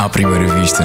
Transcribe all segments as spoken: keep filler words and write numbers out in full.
à primeira vista.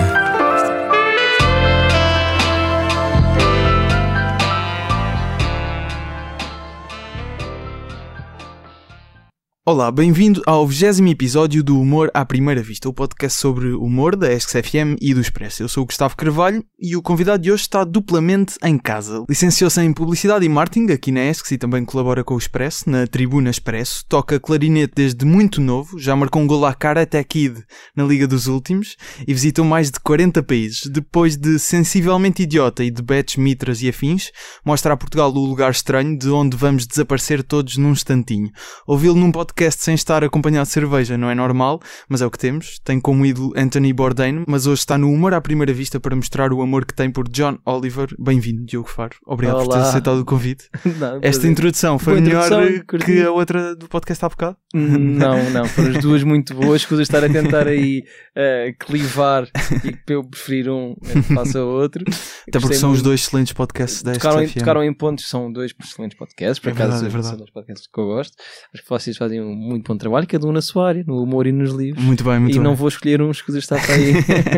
Olá, bem-vindo ao vigésimo episódio do Humor à Primeira Vista, o podcast sobre humor da ESC F M e do Expresso. Eu sou o Gustavo Carvalho e o convidado de hoje está duplamente em casa. Licenciou-se em Publicidade e Marketing aqui na ESC e também colabora com o Expresso, na Tribuna Expresso. Toca clarinete desde muito novo, já marcou um gol à Karate Kid na Liga dos Últimos e visitou mais de quarenta países. Depois de Sensivelmente Idiota e de Betos, Mitras e afins, mostra a Portugal o lugar estranho de onde vamos desaparecer todos num instantinho. Ouvi-lo num podcast sem estar acompanhado de cerveja não é normal, mas é o que temos. Tem como ídolo Anthony Bourdain, mas hoje está no Humor à Primeira Vista para mostrar o amor que tem por John Oliver. Bem-vindo, Diogo Faro. Obrigado Olá. por ter aceitado o convite. Não, Esta introdução foi Boa melhor introdução, que a outra do podcast há bocado? Não, não. Foram as duas muito boas. Escusa estar a tentar aí uh, clivar e que eu preferir um face ao outro. Até porque são muito... os dois excelentes podcasts da tocaram, F M. Tocaram em pontos, são dois excelentes podcasts. Por é acaso verdade, é verdade. são dois podcasts que eu gosto. Acho que vocês fazem um muito bom trabalho, cada um na sua área, no humor e nos livros. Muito bem, muito e bem. E não vou escolher uns que está para aí.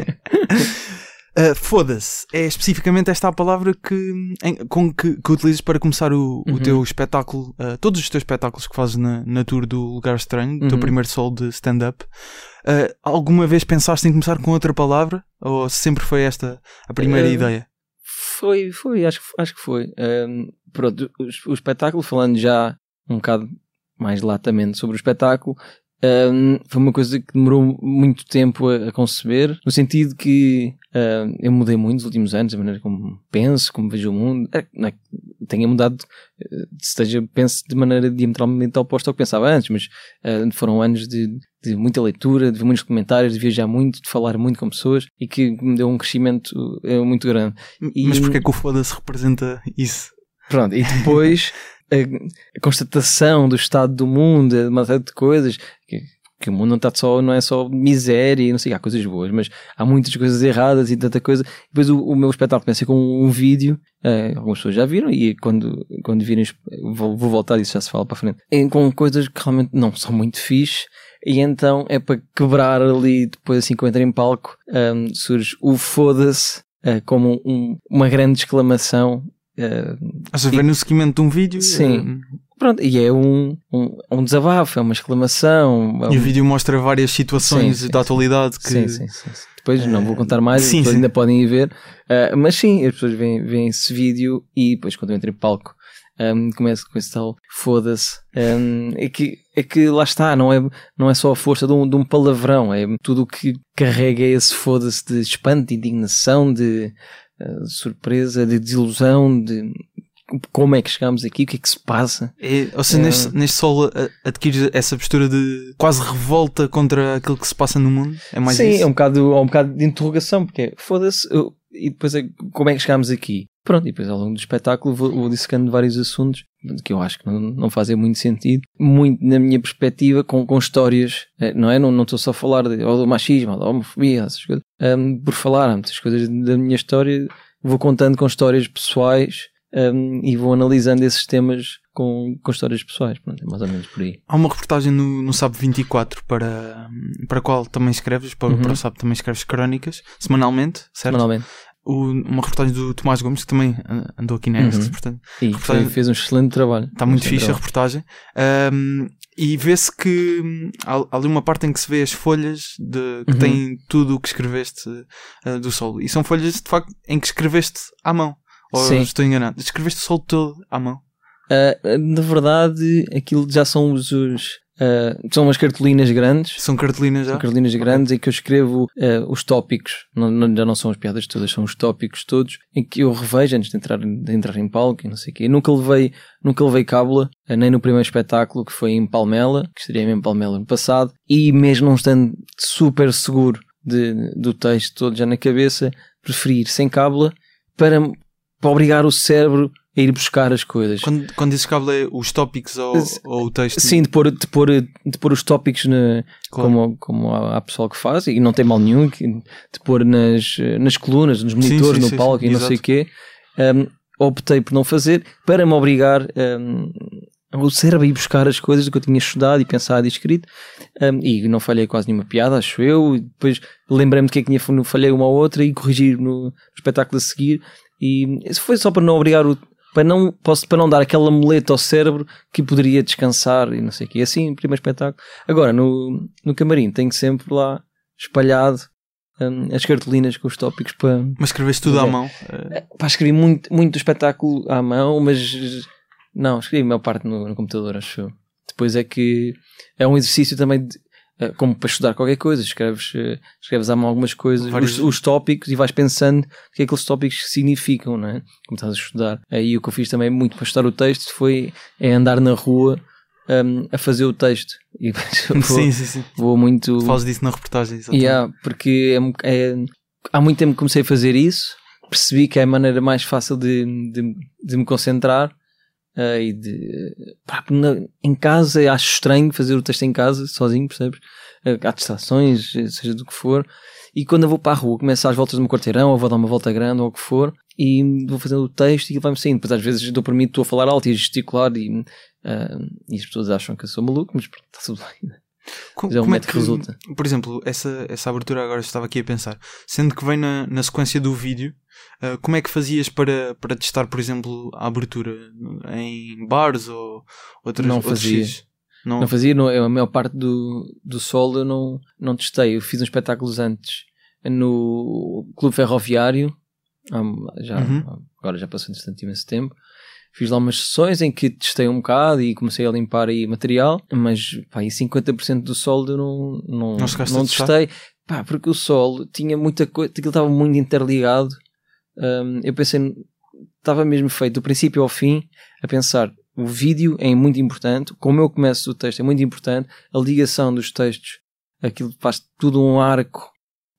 uh, Foda-se. É especificamente esta a palavra que, em, com que, que utilizas para começar o, uhum. o teu espetáculo, uh, todos os teus espetáculos que fazes na, na tour do Lugar Estranho, uhum. teu primeiro solo de stand-up. Uh, alguma vez pensaste em começar com outra palavra? Ou sempre foi esta a primeira uh, ideia? Foi, foi, acho, acho que foi. Um, pronto, o, o espetáculo, falando já um bocado mais latamente sobre o espetáculo, um, foi uma coisa que demorou muito tempo a, a conceber, no sentido que um, eu mudei muito nos últimos anos, a maneira como penso, como vejo o mundo. É, não é que tenha mudado, seja, penso de maneira diametralmente oposta ao que pensava antes, mas uh, foram anos de, de muita leitura, de ver muitos comentários, de viajar muito, de falar muito com pessoas, e que me deu um crescimento uh, muito grande. E, mas porquê que o Foda-se representa isso? Pronto, e depois a, a constatação do estado do mundo, uma série de coisas, que, que o mundo não, está só, não é só miséria e não sei, há coisas boas, mas há muitas coisas erradas e tanta coisa. Depois o, o meu espetáculo começa com um vídeo, uh, algumas pessoas já viram, e quando, quando virem, vou, vou voltar, isso já se fala para a frente, e com coisas que realmente não são muito fixe. E então é para quebrar ali, depois assim que eu entro em palco, um, surge o Foda-se uh, como um, uma grande exclamação. Uh, Ou seja, vem no seguimento de um vídeo? Sim. Uh, Pronto, e é um, um, um desabafo, é uma exclamação. É um... E o vídeo mostra várias situações sim, sim, da atualidade. Que... Sim, sim, sim, sim. Depois uh, não vou contar mais, sim, as pessoas sim. ainda podem ir ver. Uh, mas sim, as pessoas veem, veem esse vídeo e depois quando eu entro em palco, Um, começo com esse tal foda-se. Um, é, que, é que lá está, não é, não é só a força de um, de um palavrão, é tudo o que carrega esse foda-se de espanto, de indignação, de uh, surpresa, de desilusão, de como é que chegamos aqui, o que é que se passa. É, ou seja, é, neste, neste solo adquires essa postura de quase revolta contra aquilo que se passa no mundo? É mais sim, isso? é um bocado, é um bocado de interrogação, porque é, foda-se, eu, e depois é, como é que chegamos aqui? Pronto, e depois ao longo do espetáculo vou, vou dissecando vários assuntos que eu acho que não, não fazem muito sentido, muito na minha perspectiva, com, com histórias, não é? Não, não estou só a falar de, ou do machismo, ou da homofobia, essas coisas. Um, por falar, há muitas coisas da minha história, vou contando com histórias pessoais um, e vou analisando esses temas com, com histórias pessoais. Pronto, é mais ou menos por aí. Há uma reportagem no, no S A B vinte e quatro para, para a qual também escreves, para, uhum. para o S A B também escreves crónicas, semanalmente, certo? Semanalmente. O, uma reportagem do Tomás Gomes, que também andou aqui na E S C, uhum. portanto, e reportagem... fez um excelente trabalho. Está muito fixe a reportagem. Um, e vê-se que há, há ali uma parte em que se vê as folhas de, que uhum. têm tudo o que escreveste uh, do solo. E são folhas, de facto, em que escreveste à mão. Ou Sim. estou enganado? Escreveste o solo todo à mão? Uh, na verdade, aquilo já são os... os... Uh, são umas cartolinas grandes. São cartolinas já? São cartolinas grandes okay. em que eu escrevo uh, os tópicos, não, não, já não são as piadas todas, são os tópicos todos, em que eu revejo antes de entrar, de entrar em palco e não sei o quê. Eu nunca levei, nunca levei cábula, uh, nem no primeiro espetáculo que foi em Palmela, que estaria em Palmela no passado, e mesmo não estando super seguro de, do texto todo já na cabeça, preferi ir sem cábula para, para obrigar o cérebro a ir buscar as coisas. Quando, quando dizes cábula é os tópicos ou, ou o texto? Sim, de pôr, de pôr, de pôr os tópicos na, claro. como, como há, há pessoal que faz, e não tem mal nenhum, de pôr nas, nas colunas, nos monitores, sim, sim, no palco sim, sim, e não exato. sei o quê. Um, optei por não fazer, para me obrigar um, o cérebro a ir buscar as coisas do que eu tinha estudado e pensado e escrito, um, e não falhei quase nenhuma piada, acho eu, e depois lembrei-me de que é que tinha, falhei uma ou outra e corrigir no, no espetáculo a seguir, e isso foi só para não obrigar o, para não, posso, para não dar aquela muleta ao cérebro que poderia descansar e não sei o quê, assim, primeiro espetáculo. Agora, no, no camarim, tenho sempre lá espalhado um, as cartolinas com os tópicos para... Mas escreveste tudo à mão? Pá, escrevi muito, muito do espetáculo à mão, mas... Não, escrevi a maior parte no, no computador, acho eu. Depois é que é um exercício também, de, como para estudar qualquer coisa. Escreves, escreves à mão algumas coisas, os, os tópicos, e vais pensando o que é que aqueles tópicos significam, não é? Como estás a estudar. Aí o que eu fiz também muito para estudar o texto foi é andar na rua um, a fazer o texto. E vou, sim, sim, sim. Vou muito... Tu falas disso na reportagem. Yeah, porque é, é, há muito tempo que comecei a fazer isso. Percebi que é a maneira mais fácil de, de, de me concentrar. Uh, e de, pá, na, em casa acho estranho fazer o texto em casa sozinho, percebes? Uh, há distrações, seja do que for, e quando eu vou para a rua começo às voltas do meu quarteirão, ou vou dar uma volta grande ou o que for, e vou fazendo o texto e ele vai-me saindo. Depois às vezes dou para mim, estou a falar alto e a gesticular e, uh, e as pessoas acham que eu sou maluco, mas pronto, está tudo bem, né? Como, é um como é método que, que resulta. Por exemplo, essa, essa abertura agora estava aqui a pensar, sendo que vem na, na sequência do vídeo, uh, como é que fazias para, para testar, por exemplo, a abertura em bares ou outras, não outros fazia. X? Não... não fazia, não, a maior parte do, do solo eu não, não testei. Eu fiz uns espetáculos antes no Clube Ferroviário, já, uhum. agora já passou bastante imenso tempo. Fiz lá umas sessões em que testei um bocado e comecei a limpar aí material, mas pá, e cinquenta por cento do solo eu não, não, não, não testei, pá, porque o solo tinha muita coisa, aquilo estava muito interligado. Um, eu pensei, estava mesmo feito do princípio ao fim, a pensar, o vídeo é muito importante, como eu começo o texto é muito importante, a ligação dos textos, aquilo faz tudo um arco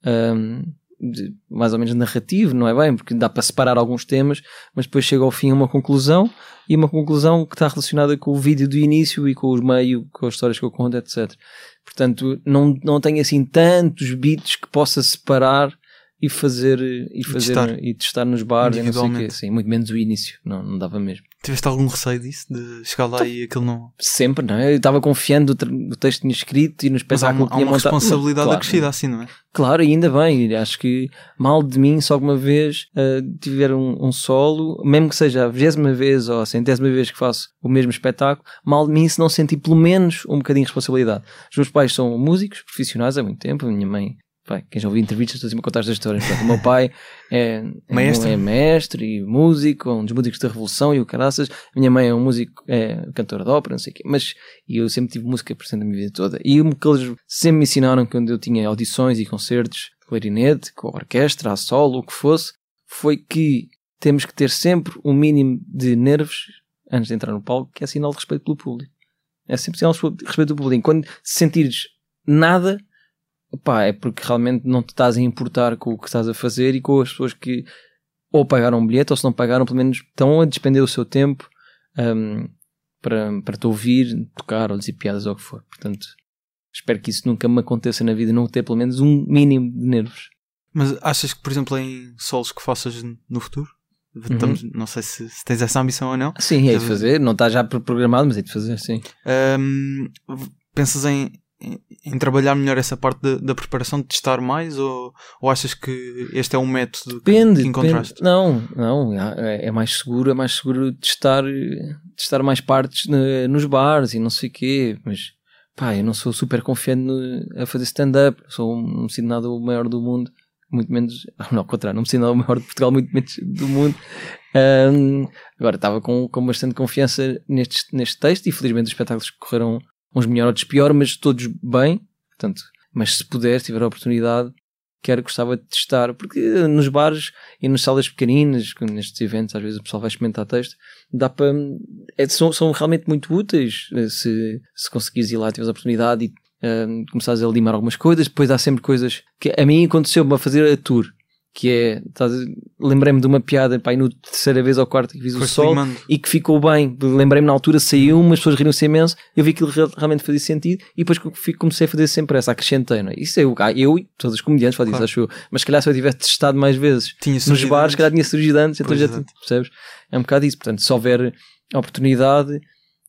um, de, mais ou menos narrativo, não é bem? Porque dá para separar alguns temas, mas depois chega ao fim a uma conclusão, e uma conclusão que está relacionada com o vídeo do início e com os meios, com as histórias que eu conto, etcétera. Portanto, não, não tenho assim tantos bits que possa separar e fazer e, fazer, testar. e testar nos bares e não sei o quê. Sim, muito menos o início, não, não dava mesmo. Tiveste algum receio disso? De chegar lá então, e aquilo não... Sempre, não é? Eu estava confiando do texto que tinha escrito e no espetáculo que tinha montado. Há uma responsabilidade claro, acrescida assim, não é? Claro, e ainda bem. Acho que mal de mim, se alguma vez uh, tiver um, um solo, mesmo que seja a vigésima vez ou a centésima vez que faço o mesmo espetáculo, mal de mim se não sentir pelo menos um bocadinho de responsabilidade. Os meus pais são músicos profissionais há muito tempo, a minha mãe... Pai, quem já ouviu entrevistas, estou a contar esta história. Portanto, o meu pai é, mestre. é mestre e músico, um dos músicos da Revolução e o caraças. A minha mãe é um músico, é cantora de ópera, não sei o quê. Mas e eu sempre tive música presente a minha vida toda. E o que eles sempre me ensinaram quando eu tinha audições e concertos de clarinete, com a orquestra, a solo, o que fosse, foi que temos que ter sempre um mínimo de nervos antes de entrar no palco, que é sinal de respeito pelo público. É sempre sinal de respeito pelo público. Quando sentires nada... Pá, é porque realmente não te estás a importar com o que estás a fazer e com as pessoas que ou pagaram um bilhete ou se não pagaram, pelo menos estão a despender o seu tempo um, para, para te ouvir, tocar ou dizer piadas ou o que for. Portanto, espero que isso nunca me aconteça na vida, não ter pelo menos um mínimo de nervos. Mas achas que, por exemplo, em solos que faças no futuro? Estamos, uhum. Não sei se, se tens essa ambição ou não. Sim, é de fazer, não está já programado, mas é de fazer, sim. Um, pensas em Em, em trabalhar melhor essa parte da, da preparação, de testar mais, ou, ou achas que este é um método depende, que, que encontraste? Depende. Não, não, é, é mais seguro, é mais seguro testar, testar mais partes no, nos bares e não sei o quê, mas pá, eu não sou super confiante no, a fazer stand-up, sou, não me sinto nada o maior do mundo, muito menos, não, ao contrário, não me sinto nada o maior de Portugal, muito menos do mundo. Um, agora, estava com, com bastante confiança neste, neste texto e felizmente os espetáculos correram uns melhor, outros pior, mas todos bem. Portanto, mas se puder, se tiver a oportunidade, quero, gostava de testar, porque nos bares e nas salas pequeninas, nestes eventos, às vezes o pessoal vai experimentar texto, dá para, é, são, são realmente muito úteis, se, se conseguires ir lá, tiveres a oportunidade e uh, começares a limar algumas coisas. Depois há sempre coisas que a mim aconteceu-me a fazer a tour, que é, tá, lembrei-me de uma piada, pá, no terceira vez ou quarta que fiz o sol e que ficou bem, lembrei-me na altura, saiu, umas pessoas riram-se imenso, eu vi que aquilo realmente fazia sentido e depois comecei a fazer sempre essa, acrescentei, não é? Isso é eu, eu e todos os comediantes fazem claro. Isso, acho eu, mas se calhar se eu tivesse testado mais vezes nos bares, se calhar tinha surgido antes, então já, percebes? É um bocado isso, portanto, se houver oportunidade,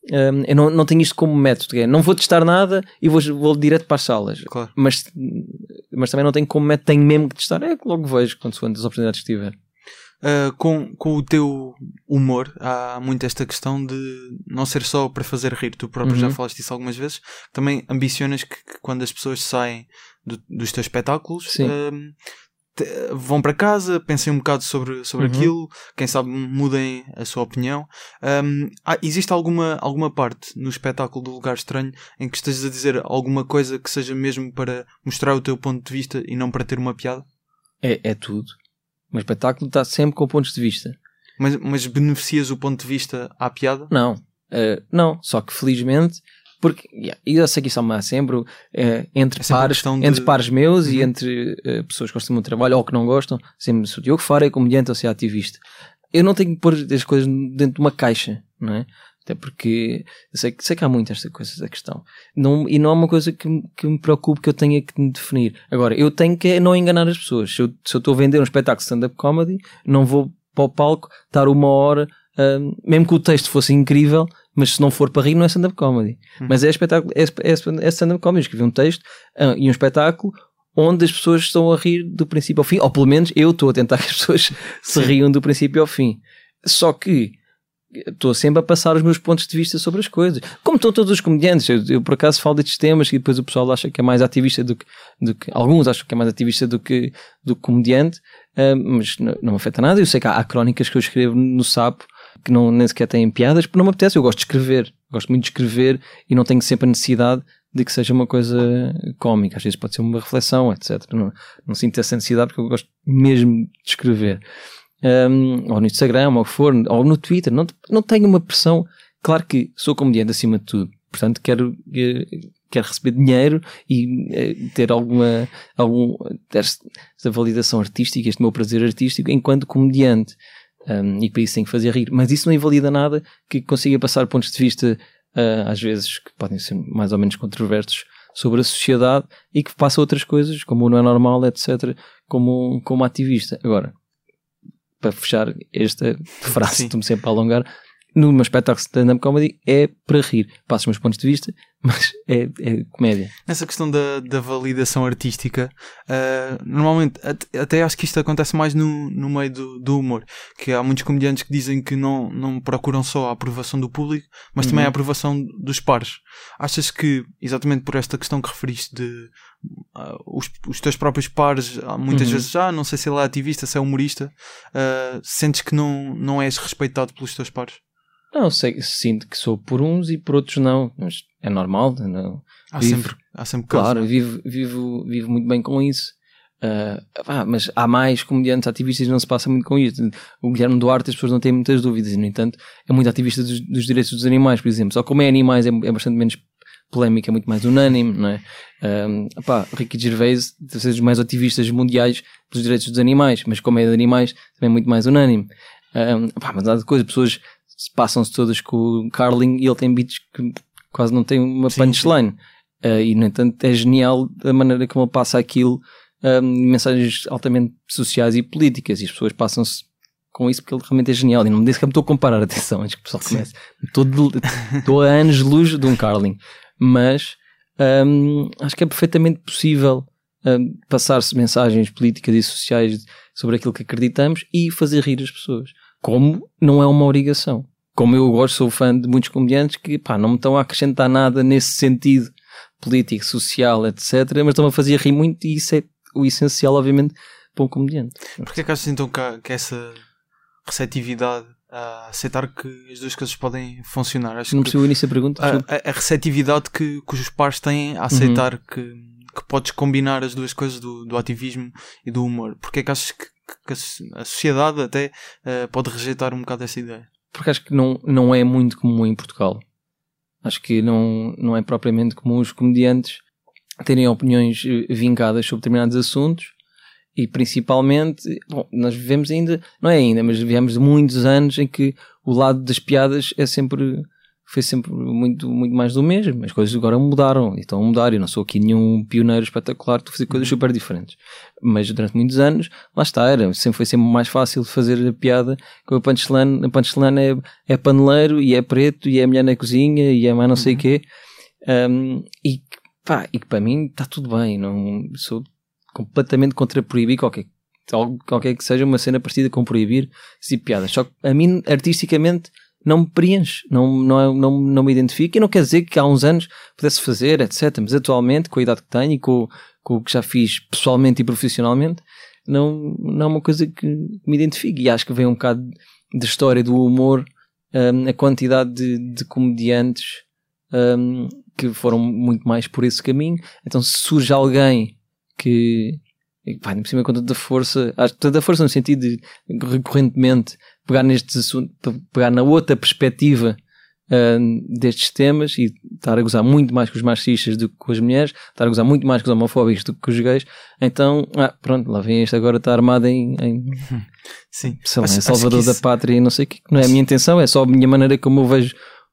um, eu não, não tenho isto como método, é, não vou testar nada e vou, vou direto para as salas, claro. mas, mas também não tenho como método, tenho mesmo que testar, é que logo vejo quando as oportunidades que tiver. Uh, com, com o teu humor há muito esta questão de não ser só para fazer rir. Tu próprio uhum. já falaste disso algumas vezes. Também ambicionas que, que quando as pessoas saem do, dos teus espetáculos uh, te, vão para casa, pensem um bocado sobre, sobre uhum. aquilo, quem sabe mudem a sua opinião. Um, há, existe alguma, alguma parte no espetáculo do Lugar Estranho em que estejas a dizer alguma coisa que seja mesmo para mostrar o teu ponto de vista e não para ter uma piada? É, é tudo. O meu espetáculo está sempre com pontos de vista. Mas, mas beneficias o ponto de vista à piada? Não. Uh, não. Só que felizmente, porque yeah, eu sei que isso há sempre, uh, entre, é pares, de... entre pares meus uhum. e entre uh, pessoas que gostam do meu trabalho ou que não gostam, sempre se o Diogo Faro é comediante ou se é ativista. Eu não tenho que pôr as coisas dentro de uma caixa, não é? Até porque eu sei, sei que há muito esta coisa da questão. Não, e não é uma coisa que, que me preocupe que eu tenha que me definir. Agora, eu tenho que não enganar as pessoas. Se eu, se eu estou a vender um espetáculo de stand-up comedy, não vou para o palco estar uma hora, um, mesmo que o texto fosse incrível, mas se não for para rir não é stand-up comedy. Hum. Mas é, espetáculo, é, é, é stand-up comedy. Eu escrevi um texto uh, e um espetáculo onde as pessoas estão a rir do princípio ao fim. Ou pelo menos eu estou a tentar que as pessoas se riam do princípio ao fim. Só que estou sempre a passar os meus pontos de vista sobre as coisas, como estão todos os comediantes. Eu, eu por acaso falo destes temas e depois o pessoal acha que é mais ativista do que, do que alguns acham que é mais ativista do que, do que comediante, uh, mas não, não me afeta nada. Eu sei que há, há crónicas que eu escrevo no Sapo que não, nem sequer têm piadas, porque não me apetece. Eu gosto de escrever, gosto muito de escrever e não tenho sempre a necessidade de que seja uma coisa cómica. Às vezes pode ser uma reflexão, etcétera. Não, não sinto essa necessidade porque eu gosto mesmo de escrever. Um, ou no Instagram, ou o que for, ou no Twitter, não, não tenho uma pressão. Claro que sou comediante acima de tudo, portanto quero, quero receber dinheiro e ter alguma, algum, ter esta validação artística, este meu prazer artístico enquanto comediante, um, e para isso tenho que fazer rir, mas isso não invalida nada que consiga passar pontos de vista uh, às vezes que podem ser mais ou menos controversos sobre a sociedade e que passa outras coisas como o não é normal, etcétera, como, como ativista. Agora, para fechar esta frase, estou-me sempre a alongar, no meu espetáculo de stand-up comedy é para rir. Passo os meus pontos de vista, mas é, é comédia. Nessa questão da, da validação artística, uh, normalmente, até, até acho que isto acontece mais no, no meio do, do humor, que há muitos comediantes que dizem que não, não procuram só a aprovação do público, mas uhum. também a aprovação dos pares. Achas que, exatamente por esta questão que referiste de uh, os, os teus próprios pares, muitas uhum. vezes já, não sei se ele é ativista, se é humorista, uh, sentes que não, não és respeitado pelos teus pares? Não, sei, sinto que sou por uns e por outros não, mas é normal. Não. Há, vivo, sempre, há sempre casos. Claro, vivo, vivo, vivo muito bem com isso. Uh, ah, mas há mais comediantes ativistas e não se passa muito com isso. O Guilherme Duarte, as pessoas não têm muitas dúvidas, e no entanto é muito ativista dos, dos direitos dos animais, por exemplo. Só como é animais é, é bastante menos polémica, é muito mais unânime, não é? Um, opá, Ricky Gervais deve ser dos mais ativistas mundiais pelos direitos dos animais, mas como é de animais também é muito mais unânime. Um, opá, mas há de coisa, pessoas passam-se todas com o Carlin e ele tem beats que quase não tem uma sim, punchline. Sim. Uh, e no entanto é genial a maneira como ele passa aquilo, um, mensagens altamente sociais e políticas, e as pessoas passam-se com isso porque ele realmente é genial. E não me disse que me estou a comparar, atenção, antes que o pessoal comece. Estou, de, estou a anos de luz de um Carlin, mas um, acho que é perfeitamente possível um, passar-se mensagens políticas e sociais sobre aquilo que acreditamos e fazer rir as pessoas. Como não é uma obrigação. Como eu gosto, sou fã de muitos comediantes que pá, não me estão a acrescentar nada nesse sentido político, social, etcétera, mas estão a fazer rir muito, e isso é o essencial, obviamente, para um comediante. Porquê é que achas então que, há, que essa receptividade a aceitar que as duas coisas podem funcionar? Acho não que percebi o início da pergunta. A, a receptividade que, que os pares têm a aceitar uhum. que, que podes combinar as duas coisas do, do ativismo e do humor. Porquê é que achas que que a sociedade até uh, pode rejeitar um bocado essa ideia? Porque acho que não, não é muito comum em Portugal. Acho que não, não é propriamente comum os comediantes terem opiniões vincadas sobre determinados assuntos, e principalmente, bom, nós vivemos ainda, não é ainda, mas vivemos de muitos anos em que o lado das piadas é sempre foi sempre muito, muito mais do mesmo. As coisas agora mudaram e estão a mudar. Eu não sou aqui nenhum pioneiro espetacular, estou a fazer coisas super diferentes. Mas durante muitos anos, lá está, era, sempre foi sempre mais fácil fazer a piada com a punchline. A punchline é, é paneleiro e é preto e é mulher na cozinha e é mais não sei o uhum. quê. Um, e, pá, e que para mim está tudo bem. Não, sou completamente contra proibir qualquer, qualquer que seja uma cena parecida com proibir esse tipo de piadas. Só que a mim, artisticamente, não me preenche, não, não, não, não me identifico, e não quer dizer que há uns anos pudesse fazer, etcétera. Mas atualmente, com a idade que tenho e com, com o que já fiz pessoalmente e profissionalmente, não, não é uma coisa que me identifique. E acho que vem um bocado da história do humor, um, a quantidade de, de comediantes um, que foram muito mais por esse caminho. Então, se surge alguém que, pá, por cima com tanta força, acho que tanta força no sentido de recorrentemente pegar nestes assuntos, pegar na outra perspectiva uh, destes temas e estar a gozar muito mais com os machistas do que com as mulheres, estar a gozar muito mais com os homofóbicos do que com os gays, então, ah, pronto, lá vem este agora está armado em, em Sim. Sei lá, em Salvador da Pátria e não sei o que, não é a minha intenção, é só a minha maneira como eu vejo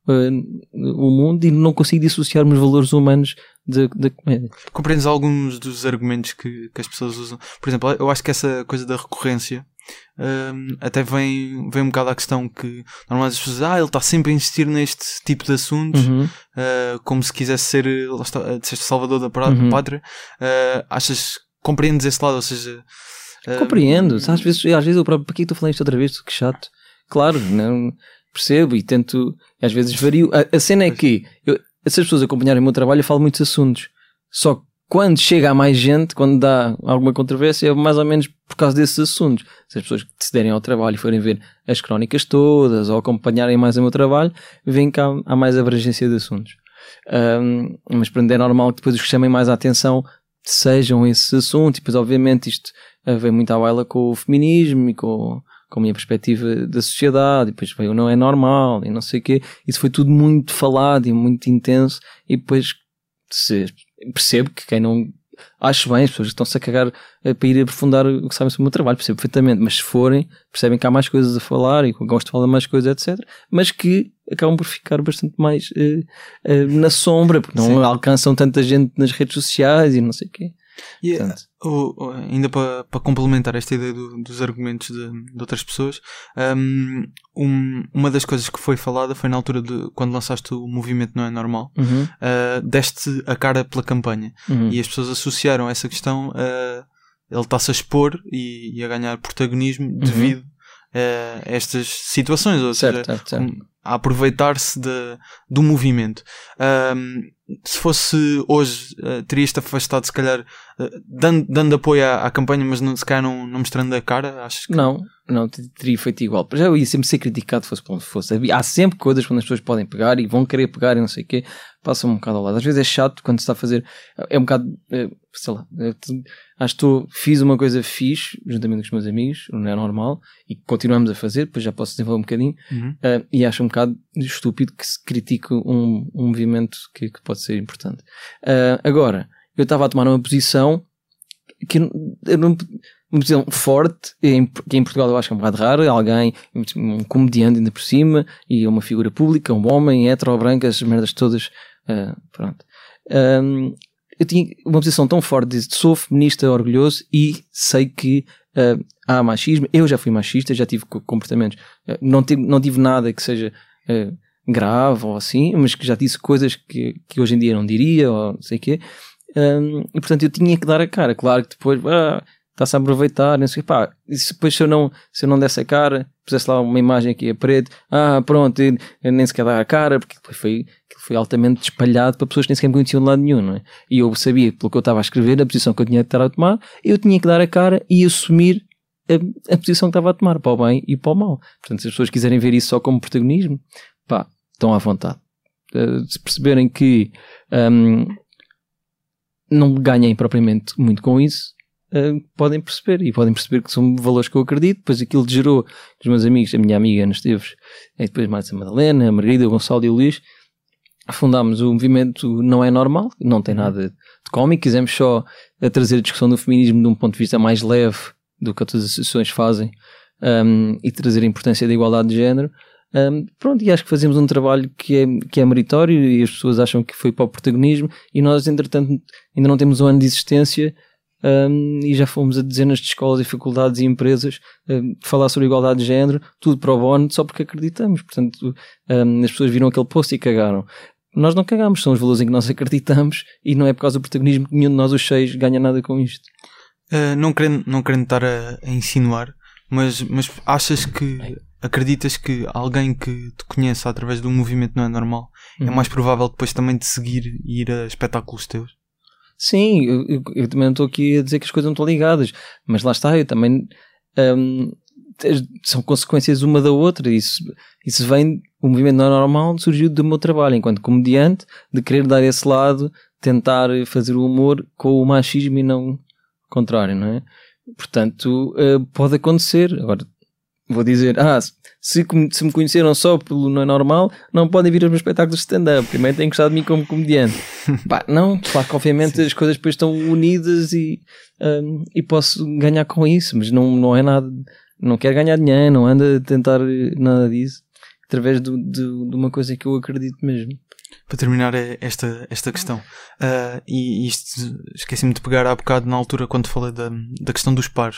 uh, o mundo e não consigo dissociar-me os valores humanos da comédia. Compreendes alguns dos argumentos que, que as pessoas usam? Por exemplo, eu acho que essa coisa da recorrência Um, até vem, vem um bocado à questão que normalmente as pessoas ah, ele está sempre a insistir neste tipo de assuntos, uhum. uh, como se quisesse ser lá está, disseste Salvador da uhum. Pátria. Uh, achas, compreendes esse lado? Ou seja, uh, compreendo, às vezes, às vezes eu próprio, para que estou falando isto outra vez? Que chato, claro, não percebo e tento, às vezes vario. A, a cena é que eu, se as pessoas acompanharem o meu trabalho, eu falo muitos assuntos, só que quando chega a mais gente, quando dá alguma controvérsia, é mais ou menos por causa desses assuntos. Se as pessoas que se derem ao trabalho e forem ver as crónicas todas ou acompanharem mais o meu trabalho, veem que há, há mais abrangência de assuntos. Um, mas para mim é normal que depois os que chamem mais a atenção sejam esses assuntos. E depois, obviamente, isto vem muito à baila com o feminismo e com, com a minha perspectiva da sociedade. E depois veio o não é normal e não sei o quê. Isso foi tudo muito falado e muito intenso. E depois se percebo que quem não... Acho bem, as pessoas que estão-se a cagar para ir aprofundar o que sabem sobre o meu trabalho, percebo perfeitamente, mas se forem, percebem que há mais coisas a falar e que eu gosto de falar mais coisas, etcétera, mas que acabam por ficar bastante mais uh, uh, na sombra, porque não Sim. alcançam tanta gente nas redes sociais e não sei o quê. E, uh, ainda para, para complementar esta ideia do, dos argumentos de, de outras pessoas, um, um, uma das coisas que foi falada foi na altura de quando lançaste o Movimento Não É Normal, uhum. uh, deste a cara pela campanha, uhum. e as pessoas associaram essa questão a ele está-se a expor e, e a ganhar protagonismo uhum. devido a estas situações, ou certo, seja, certo, certo. a aproveitar-se de, do movimento. Um, se fosse hoje, uh, terias-te afastado, se calhar, uh, dando, dando apoio à, à campanha, mas não, se calhar não, não mostrando a cara? Acho que... Não, não, teria feito igual. Já eu ia sempre ser criticado, fosse para onde fosse. Há sempre coisas quando as pessoas podem pegar e vão querer pegar e não sei o quê, passam um bocado ao lado. Às vezes é chato quando se está a fazer, é um bocado, sei lá, acho que estou, fiz uma coisa fixe, juntamente com os meus amigos, não é normal, e continuamos a fazer, depois já posso desenvolver um bocadinho, uhum. uh, e acho um bocado estúpido que se critique um, um movimento que, que pode ser importante. Uh, agora, eu estava a tomar uma posição que eu não, uma posição forte, em, que em Portugal eu acho que é um bocado raro, alguém, um comediante ainda por cima, e uma figura pública, um homem, hetero, branco, essas merdas todas, uh, pronto. Um, eu tinha uma posição tão forte de sou feminista orgulhoso e sei que uh, há machismo, eu já fui machista, já tive comportamentos, uh, não, tive, não tive nada que seja uh, grave ou assim, mas que já disse coisas que, que hoje em dia não diria, ou não sei o quê, um, e portanto eu tinha que dar a cara. Claro que depois ah, está-se a aproveitar, não sei o quê, pá, e se depois se eu, não, se eu não desse a cara, pusesse lá uma imagem aqui a preto, ah pronto, eu, eu nem sequer dar a cara, porque depois foi, foi altamente espalhado para pessoas que nem sequer me conheciam de lado nenhum, não é? E eu sabia, pelo que eu estava a escrever, a posição que eu tinha de estar a tomar, eu tinha que dar a cara e assumir a, a posição que estava a tomar, para o bem e para o mal. Portanto, se as pessoas quiserem ver isso só como protagonismo, pá, estão à vontade. Uh, se perceberem que um, não ganhem propriamente muito com isso, uh, podem perceber, e podem perceber que são valores que eu acredito. Depois aquilo gerou os meus amigos, a minha amiga Ana Esteves, e depois mais a Madalena, a Margarida, o Gonçalo e o Luís, fundámos o movimento Não É Normal, não tem nada de cómico, quisemos só a trazer a discussão do feminismo de um ponto de vista mais leve do que outras associações fazem, um, e trazer a importância da igualdade de género. Um, pronto, e acho que fazemos um trabalho que é, que é meritório e as pessoas acham que foi para o protagonismo e nós, entretanto, ainda não temos um ano de existência. Um, e já fomos a dezenas de escolas e faculdades e empresas um, falar sobre igualdade de género, tudo pro bono, só porque acreditamos. Portanto, um, as pessoas viram aquele post e cagaram. Nós não cagamos, são os valores em que nós acreditamos e não é por causa do protagonismo que nenhum de nós os seis ganha nada com isto. Uh, não, querendo, não querendo estar a, a insinuar, mas, mas achas que, acreditas que alguém que te conheça através do movimento Não é Normal uhum. é mais provável depois também de seguir e ir a espetáculos teus? Sim, eu, eu, eu também não estou aqui a dizer que as coisas não estão ligadas, mas lá está, eu também um, são consequências uma da outra. Isso, isso vem, o movimento Não é Normal surgiu do meu trabalho enquanto comediante, de querer dar esse lado, tentar fazer o humor com o machismo e não o contrário, não é? Portanto, uh, pode acontecer. Agora, vou dizer, ah, se, se me conheceram só pelo Não é Normal, não podem vir aos meus espetáculos de stand-up, primeiro têm gostado de mim como comediante. Pá, não, claro que obviamente Sim. as coisas depois estão unidas e, um, e posso ganhar com isso, mas não, não é nada, não quero ganhar dinheiro, não ando a tentar nada disso, através do, de, de uma coisa que eu acredito mesmo. Para terminar esta, esta questão, uh, e isto esqueci-me de pegar há bocado na altura quando falei da, da questão dos pares.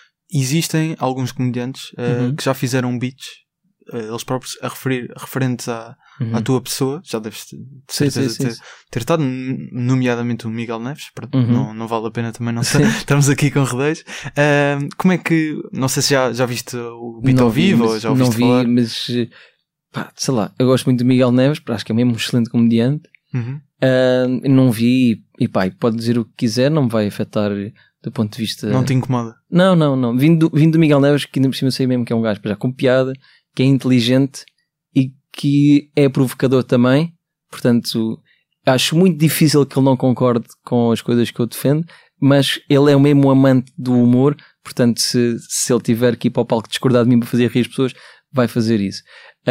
Existem alguns comediantes uh, uhum. que já fizeram beats, uh, eles próprios, a referir, referentes à, uhum. à tua pessoa. Já deves ter, sim, sim, ter, sim. ter estado, nomeadamente o Miguel Neves. Pronto, uhum. não, não vale a pena também, não sei. Estamos aqui com rodeios. Uh, como é que, não sei se já, já viste o beat não ao vivo vi, ou já ouviste não vi, falar? Mas, pá, sei lá, eu gosto muito do Miguel Neves, acho que é mesmo um excelente comediante. Uhum. Uh, não vi, e pá, pode dizer o que quiser, não me vai afetar do ponto de vista... Não te incomoda? Não, não, não. Vindo do, vindo do Miguel Neves, que ainda por cima sei mesmo que é um gajo já com piada, que é inteligente e que é provocador também. Portanto, acho muito difícil que ele não concorde com as coisas que eu defendo, mas ele é o mesmo amante do humor. Portanto, se, se ele tiver que ir para o palco discordar de mim para fazer rir as pessoas, vai fazer isso.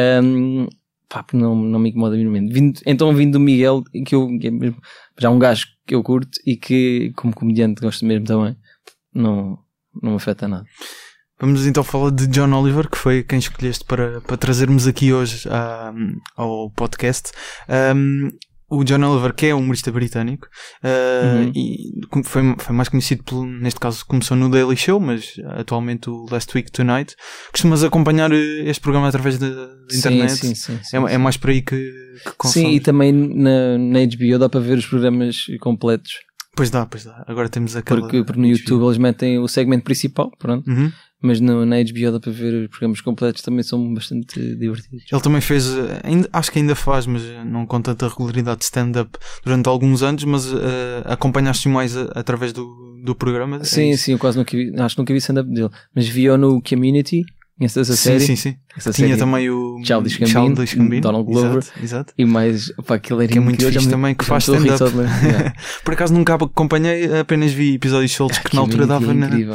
Um, pá, não, não me incomoda minimamente. Vindo, então, vindo do Miguel, que eu, que é mesmo, já um gajo que eu curto e que, como comediante, gosto mesmo também, não, não me afeta nada. Vamos então falar de John Oliver, que foi quem escolheste para, para trazermos aqui hoje a, ao podcast. Um, o John Oliver, que é um humorista britânico, uh, uhum. e foi, foi mais conhecido, pelo, neste caso começou no Daily Show, mas atualmente o Last Week Tonight. Costumas acompanhar este programa através da internet? Sim, sim, sim, sim, é, sim. é mais por aí que, que consomes? Sim, e também na, na H B O dá para ver os programas completos. Pois dá, pois dá. Agora temos aquela... Porque, porque no H B O. YouTube eles metem o segmento principal, pronto. Uhum. Mas no, na H B O dá para ver os programas completos, também são bastante divertidos. Ele também fez, ainda, acho que ainda faz, mas não com tanta regularidade, stand-up durante alguns anos, mas uh, acompanhaste mais a, através do, do programa? Sim, é sim, eu quase nunca vi, acho que nunca vi stand-up dele, mas vi-o no Community. Essa sim, série. sim, sim. Essa Tinha série, também o Childish Gambino, Childish Gambino, Donald Glover, exato, exato. E mais, pá, aquele era que é muito incrível, fixe já também, me, que faz já me estou a stand-up. rir só de lembrar. Yeah. Por acaso nunca acompanhei, apenas vi episódios soltos Ah, que na altura dava é na incrível,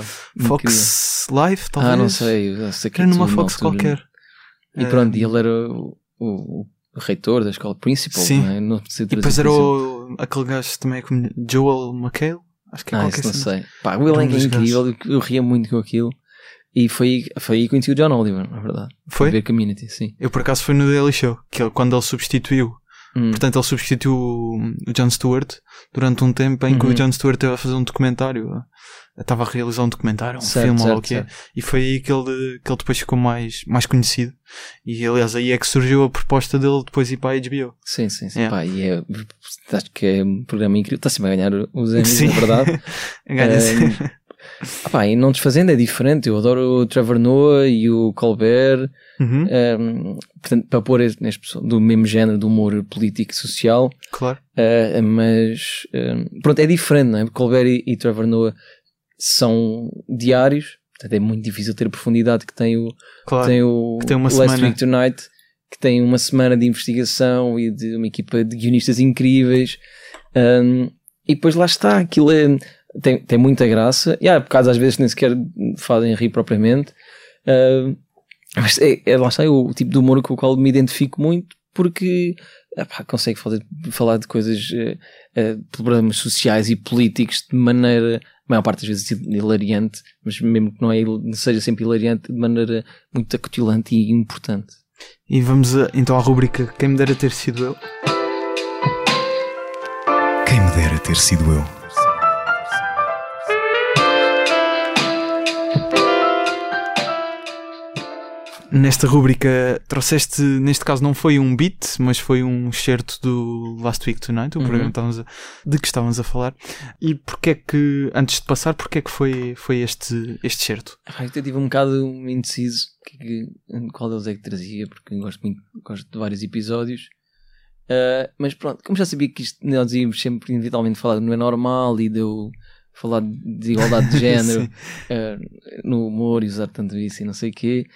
Fox incrível. Live, talvez. Ah, não sei, eu sei que era numa tudo, Fox qualquer. E pronto, e ele era o, o, o reitor da escola principal. Sim. Não é? Não e depois era o, aquele gajo também, como Joel McHale. Acho que é ah, qualquer isso não cena. sei. Pá, o elenco é incrível, eu, eu ria muito com aquilo. E foi, foi aí que conheci o John Oliver, na verdade. Foi? Ver Community, sim. Eu por acaso fui no Daily Show, que ele, quando ele substituiu. Hum. Portanto, ele substituiu o, o Jon Stewart durante um tempo em uhum. que o Jon Stewart esteve a fazer um documentário. Estava a realizar um documentário, um certo, filme certo, ou o que é. E foi aí que ele, que ele depois ficou mais, mais conhecido. E aliás, aí é que surgiu a proposta dele depois ir para a H B O. Sim, sim, sim. Yeah. Pá, e é, acho que é um programa incrível. Está sempre a ganhar os Emmys, na verdade. Ganha-se. Um, ah pá, e não desfazendo é diferente. Eu adoro o Trevor Noah e o Colbert. Uhum. Um, portanto, para pôr neste, do mesmo género de humor político e social. Claro. Uh, mas um, pronto, é diferente, não é? Colbert e, e Trevor Noah são diários, portanto é muito difícil ter a profundidade que tem o, claro, tem o que tem uma Last semana. Week Tonight, que tem uma semana de investigação e de uma equipa de guionistas incríveis. Um, e depois lá está, aquilo é, tem, tem muita graça, e há por causa às vezes nem sequer fazem rir propriamente, uh, mas é, é, lá está, é o tipo de humor com o qual me identifico muito, porque epá, consegue falar, falar de coisas, uh, uh, problemas sociais e políticos de maneira, a maior parte das vezes hilariante, mas mesmo que não, é, não seja sempre hilariante, de maneira muito acutilante e importante. E vamos a, então à rubrica Quem me dera ter sido eu. Quem me dera ter sido eu. Nesta rubrica trouxeste, neste caso não foi um beat, mas foi um excerto do Last Week Tonight, o Uhum. programa que estávamos a, de que estávamos a falar. E porque é que, antes de passar, porque é que foi, foi este, este excerto? Ah, eu tive um bocado indeciso que, que, qual deles é que trazia, porque gosto muito, gosto de vários episódios. Uh, mas pronto, como já sabia que isto nós íamos sempre inevitavelmente falar de Não É Normal e de eu falar de desigualdade de género uh, no humor e usar tanto isso e não sei o quê,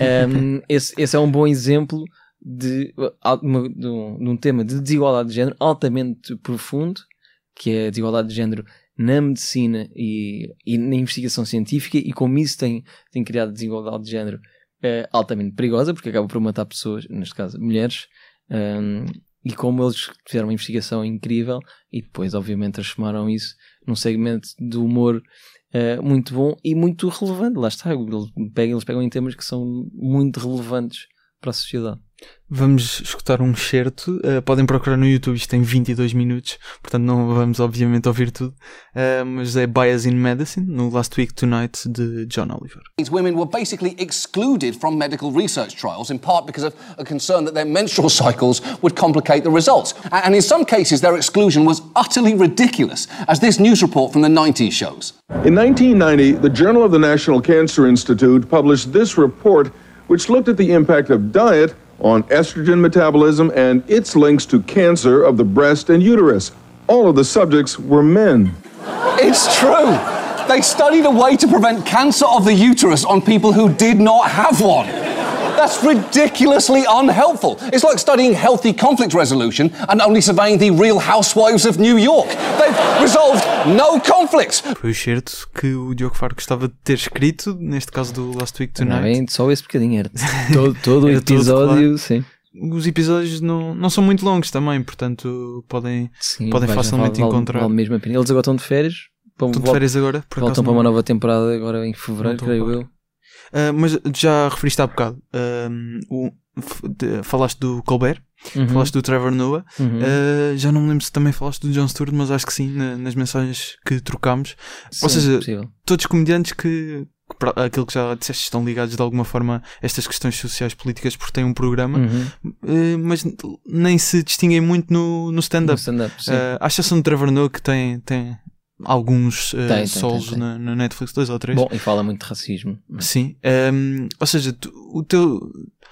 um, esse, esse é um bom exemplo de, de, de, um, de um tema de desigualdade de género altamente profundo, que é a desigualdade de género na medicina e, e na investigação científica, e como isso tem, tem criado desigualdade de género uh, altamente perigosa, porque acaba por matar pessoas, neste caso mulheres, um, e como eles fizeram uma investigação incrível e depois obviamente transformaram isso num segmento de humor uh, muito bom e muito relevante. Lá está, eles pegam, eles pegam em temas que são muito relevantes para a sociedade. Vamos escutar um excerto, uh, podem procurar no YouTube, isto tem vinte e dois minutos, portanto não vamos obviamente ouvir tudo, uh, mas é Bias in Medicine, no Last Week Tonight, de John Oliver. These women were basically excluded from medical research trials, in part because of a concern that their menstrual cycles would complicate the results. And in some cases their exclusion was utterly ridiculous, as this news report from the nineties shows. In nineteen ninety, the Journal of the National Cancer Institute published this report, which looked at the impact of diet on estrogen metabolism and its links to cancer of the breast and uterus. All of the subjects were men. It's true. They studied a way to prevent cancer of the uterus on people who did not have one. That's ridiculously unhelpful. It's like studying healthy conflict resolution and only surveying the Real Housewives of New York. They've resolved no conflicts. Foi o excerto que o Diogo Faro gostava de ter escrito, neste caso do Last Week Tonight. Não, bem, só esse bocadinho, era todo, todo o Era todo, episódio, claro. sim. Os episódios não, não são muito longos também, portanto podem, Sim, podem veja, facilmente vale, encontrar. Vale mesmo a pena. Eles agora estão de férias. Vão, Estão de férias agora? Por voltam acaso para não- uma nova temporada agora em fevereiro, Não creio estou a eu. Uh, mas já referiste há bocado, um, o, f- de- falaste do Colbert, Uhum. falaste do Trevor Noah, Uhum. uh, já não me lembro se também falaste do Jon Stewart, mas acho que sim, na- nas mensagens que trocámos. Ou Sim, seja, possível. todos comediantes que, que para aquilo que já disseste, estão ligados de alguma forma a estas questões sociais políticas porque têm um programa, Uhum. uh, mas nem se distinguem muito no, no No stand-up. stand-up, sim. Uh, à exceção do Trevor Noah, que tem, tem alguns uh, Tem, tem, solos tem, tem. Na, na Netflix, dois ou três. Bom, e fala muito de racismo. Sim, um, ou seja, tu, o teu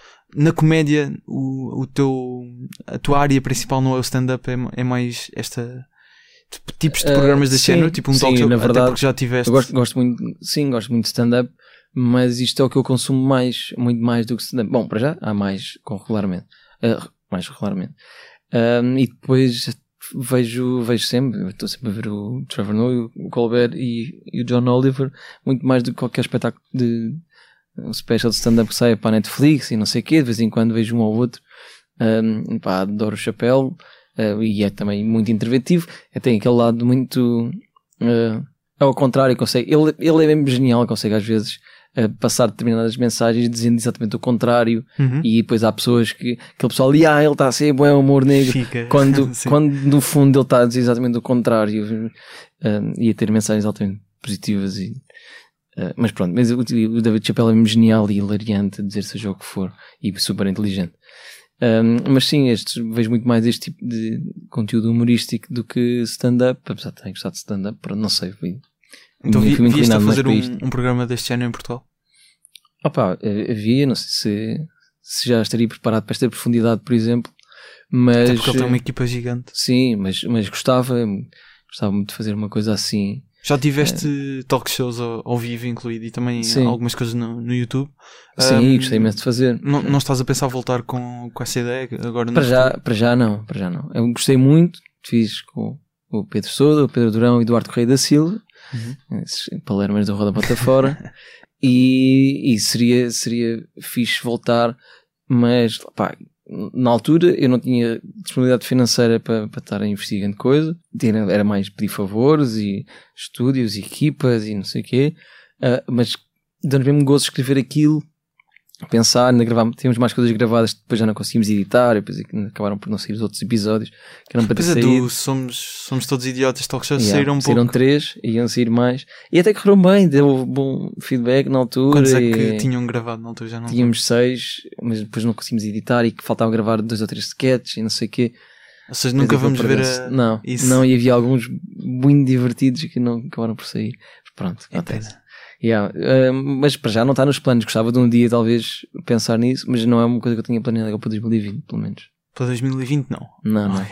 na comédia, o, o teu a tua área principal não é o stand-up, é, é mais esta tipo, tipos de Uh, programas deste sim, género, tipo um sim, talk show, na até verdade, porque já tiveste. Eu gosto, gosto muito, sim, gosto muito de stand-up, mas isto é o que eu consumo mais, muito mais do que stand-up. Bom, para já há mais com regularmente, uh, mais regularmente. Um, e depois vejo, vejo sempre, eu estou sempre a ver o Trevor Noah, o Colbert e, e o John Oliver, muito mais do que qualquer espetáculo de um special de stand-up que saia para a Netflix e não sei o quê. De vez em quando vejo um ou outro. Um, pá, adoro o chapéu, uh, e é também muito interventivo. É, tem aquele lado muito uh, ao contrário, consegue, ele, ele é mesmo genial, consegue às vezes uh, passar determinadas mensagens dizendo exatamente o contrário. Uhum. E depois há pessoas que aquele pessoal ali, ah, ele está a ser bom humor negro, Fica. quando, Sim. quando no fundo ele está a dizer exatamente o contrário, uh, e a ter mensagens altamente positivas. E, uh, mas pronto, mas o, o David Chappelle é mesmo genial e hilariante a dizer seja o que for e super inteligente. Um, mas sim, estes, vejo muito mais este tipo de conteúdo humorístico do que stand-up, apesar de ter gostado de stand-up, pronto, não sei, fui, Então vi, fui-me vieste a inclinado mais fazer para isto. um, um programa deste género em Portugal? Opa, havia, não sei se, se já estaria preparado para esta profundidade, por exemplo, mas Até porque ele tem uma equipa gigante. sim, mas, mas gostava, gostava muito de fazer uma coisa assim. Já tiveste talk shows ao, ao vivo incluído e também Sim. algumas coisas no, no YouTube. Sim, Um, gostei imenso de fazer. Não, não estás a pensar voltar com, com essa ideia agora no Para já, futuro? para já não, para já não. Eu gostei muito, fiz com o Pedro Sousa, o Pedro Durão e o Eduardo Correia da Silva, Uhum. esses palermas da roda bota fora, e, e seria, seria fixe voltar, mas pá, na altura eu não tinha disponibilidade financeira para, para estar a investir em coisa, tinha, era mais pedir favores e estúdios e equipas e não sei o quê, uh, mas dando mesmo gosto de escrever aquilo pensar, ainda gravámos, tínhamos mais coisas gravadas que depois já não conseguimos editar, e depois acabaram por não sair os outros episódios que eram para ter Pois é, saído. do somos, somos todos idiotas, talk show, Yeah, saíram um saíram pouco. três, iam sair mais, e até correu bem, deu bom feedback na altura. Quantos é e que tinham gravado na altura? Já não tínhamos seis, mas depois não conseguimos editar e que faltava gravar dois ou três sketches e não sei o quê. Ou seja, nunca Mas vamos ver perdeu-se. a... Não, isso. não, e havia alguns muito divertidos que não acabaram por sair. Pronto, É acontece. pena. Yeah, uh, mas para já não está nos planos. Gostava de um dia talvez pensar nisso, mas não é uma coisa que eu tinha planeado agora para dois mil e vinte, pelo menos. Para dois mil e vinte não. Não, não.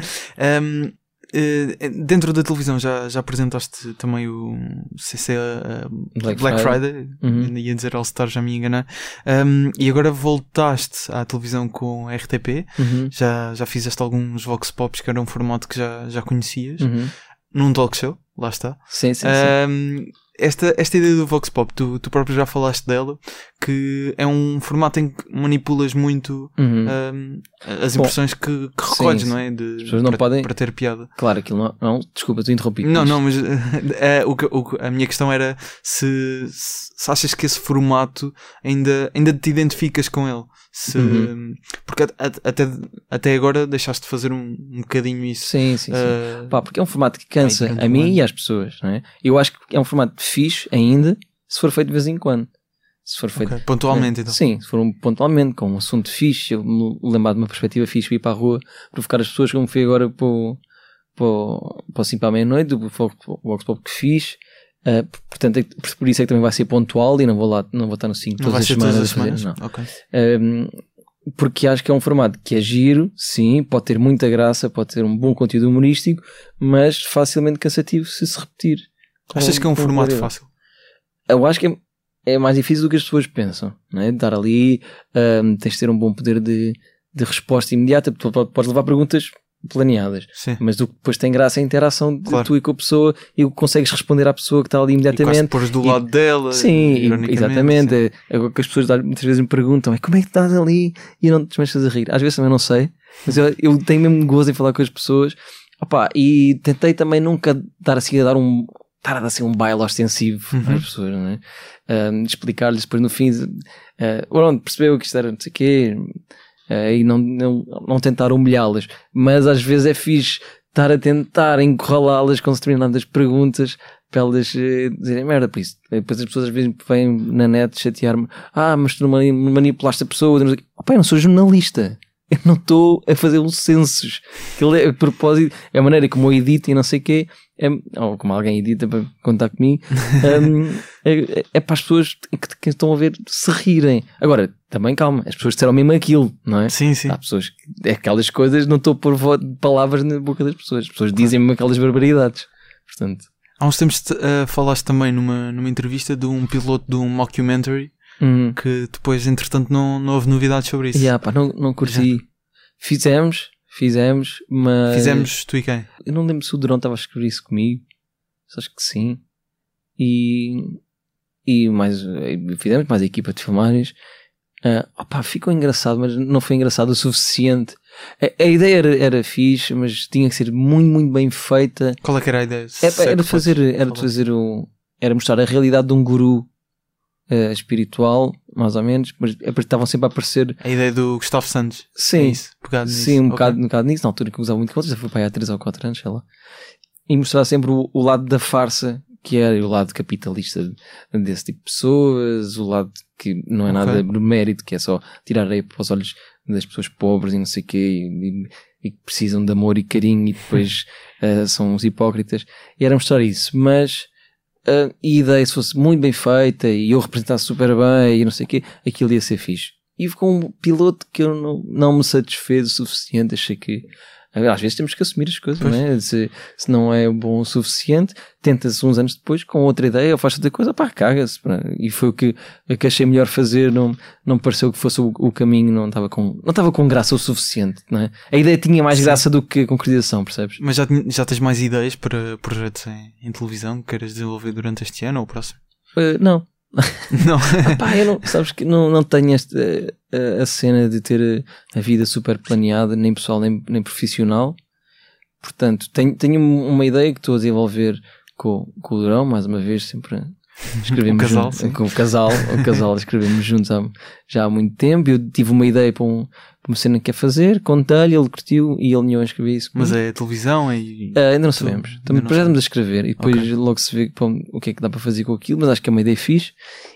Um, eh, dentro da televisão já, já apresentaste também o C C uh, Black Black, Friday. Friday, Uhum. ia dizer All Star, já me ia enganar. Um, e agora voltaste à televisão com R T P. Uhum. Já, já fizeste alguns Vox Pops, que era um formato que já, já conhecias, Uhum. num talk show, lá está. Sim, sim, sim. Um, esta, esta ideia do Vox Pop, tu, tu próprio já falaste dela, que é um formato em que manipulas muito Uhum. um, as Bom, impressões que, que sim, recolhes, sim. não é? De, As pessoas não para, podem- para ter piada. Claro, aquilo não, não. Desculpa, tu interrompi. Não, não, mas eh, o que- o que- a minha questão era se, se achas que esse formato ainda, ainda te identificas com ele. Se, Uhum. Porque a- a- até, até agora deixaste de fazer um, um bocadinho isso. Sim, sim, sim. Eh, Pá, porque é um formato que cansa Bem, a mim grande e às pessoas, não é? Eu acho que é um formato fixe ainda se for feito de vez em quando. Se for feito ok, pontualmente, então. Sim, se for um, pontualmente, com um assunto fixe, eu me lembrar de uma perspectiva fixe para ir para a rua, provocar as pessoas, como fui agora para o, para o, para o cinco à meia-noite, do Vox Pop que fiz. Uh, portanto, é, por isso é que também vai ser pontual e não vou lá, não vou estar no cinco Não vai todas ser as todas as semanas. semanas? a fazer, Ok. não. Um, porque acho que é um formato que é giro, sim, pode ter muita graça, pode ter um bom conteúdo humorístico, mas facilmente cansativo se se repetir. Com- Achas que é um com formato regularidade. fácil? Eu acho que é, é mais difícil do que as pessoas pensam, não é? De estar ali, hum, tens de ter um bom poder de, de resposta imediata, tu po- podes levar perguntas planeadas, Sim. mas o que depois tem graça é a interação de Claro. tu e com a pessoa e o que consegues responder à pessoa que está ali E quase imediatamente. pôres do E- lado dela. Sim, ironicamente, exatamente. sim. É, é o que as pessoas muitas vezes me perguntam: é como é que estás ali e não te começas a rir? Às vezes também não sei, mas eu, eu tenho mesmo gozo em falar com as pessoas. Opa, e tentei também nunca dar assim a dar um. Estar a dar assim um baile ostensivo Uhum. às pessoas, não é? Um, explicar-lhes depois no fim, uh, pronto, percebeu que isto era não sei o quê, uh, e não, não, não tentar humilhá-las, mas às vezes é fixe estar a tentar encurralá-las com determinadas perguntas para elas eh, dizerem merda, por isso. Depois as pessoas às vezes vêm na net chatear-me: ah, mas tu não mani- manipulaste a pessoa. Não sei o quê. Opa, eu não sou jornalista. Eu não estou a fazer um censos. Aquilo é a propósito, é a maneira como eu edito e não sei o quê, é, ou como alguém edita para contar comigo, um, é, é para as pessoas que, que estão a ver se rirem. Agora, também calma, as pessoas disseram mesmo aquilo, não é? Sim, sim. Há pessoas que, é aquelas coisas, não estou a pôr vo- palavras na boca das pessoas. As pessoas dizem-me aquelas barbaridades. Portanto, Há uns tempos uh, falaste também numa, numa entrevista de um piloto de um mockumentary hum. que depois, entretanto, não, não houve novidades sobre isso. Yeah, pá, não, não curti. Fizemos, fizemos, mas. Fizemos tu e quem? Eu não lembro se o Durão estava a escrever isso comigo. Acho que sim. E. E mais. Fizemos mais a equipa de filmagens. Uh, opá, ficou engraçado, mas não foi engraçado o suficiente. A, a ideia era, era fixe, mas tinha que ser muito, muito bem feita. Qual é que era a ideia? É, Se é era que de fazer, podes era de falar. fazer o, era mostrar a realidade de um guru uh, espiritual, mais ou menos, mas é porque estavam sempre a aparecer. A ideia do Gustavo Santos. Sim, É isso, pegado nisso. sim, um, Ok. bocado, um bocado nisso, na altura que eu usava muito contas, já foi para aí há três ou quatro anos, sei lá. E mostrar sempre o, o lado da farsa, que era o lado capitalista desse tipo de pessoas, o lado que não é Ok. nada de mérito, que é só tirar areia para os olhos das pessoas pobres e não sei o quê, e, e que precisam de amor e carinho e depois uh, são uns hipócritas. E era mostrar isso, mas uh, a ideia, se fosse muito bem feita e eu representasse super bem e não sei o quê, aquilo ia ser fixe. E ficou um piloto que eu não, não me satisfez o suficiente, achei que às vezes temos que assumir as coisas, não é? Se, se não é bom o suficiente, tenta-se uns anos depois com outra ideia ou faz outra coisa, pá, caga-se. Pá. E foi o que, o que achei melhor fazer, não, não pareceu que fosse o, o caminho, não estava com, não estava com graça o suficiente, não é? A ideia tinha mais Sim. graça do que a concretização, percebes? Mas já, tin- já tens mais ideias para projetos em, em televisão que queiras desenvolver durante este ano ou o próximo? Uh, não. Não. Pá, eu não, sabes que não, não tenho esta, a, a cena de ter a vida super planeada, nem pessoal nem, nem profissional. Portanto, tenho, tenho uma ideia que estou a desenvolver com, com o Durão, mais uma vez, sempre Escrevemos O casal, juntos, sim. com o casal, o casal escrevemos juntos há, já há muito tempo. Eu tive uma ideia para, um, para uma cena que quer fazer, contei-lhe, ele curtiu e ele alinhou a escrever isso. Mas é televisão e... Uh, ainda não sabemos. Ainda Também não depois já estamos a escrever e depois Ok. logo se vê pô, o que é que dá para fazer com aquilo, mas acho que é uma ideia fixe.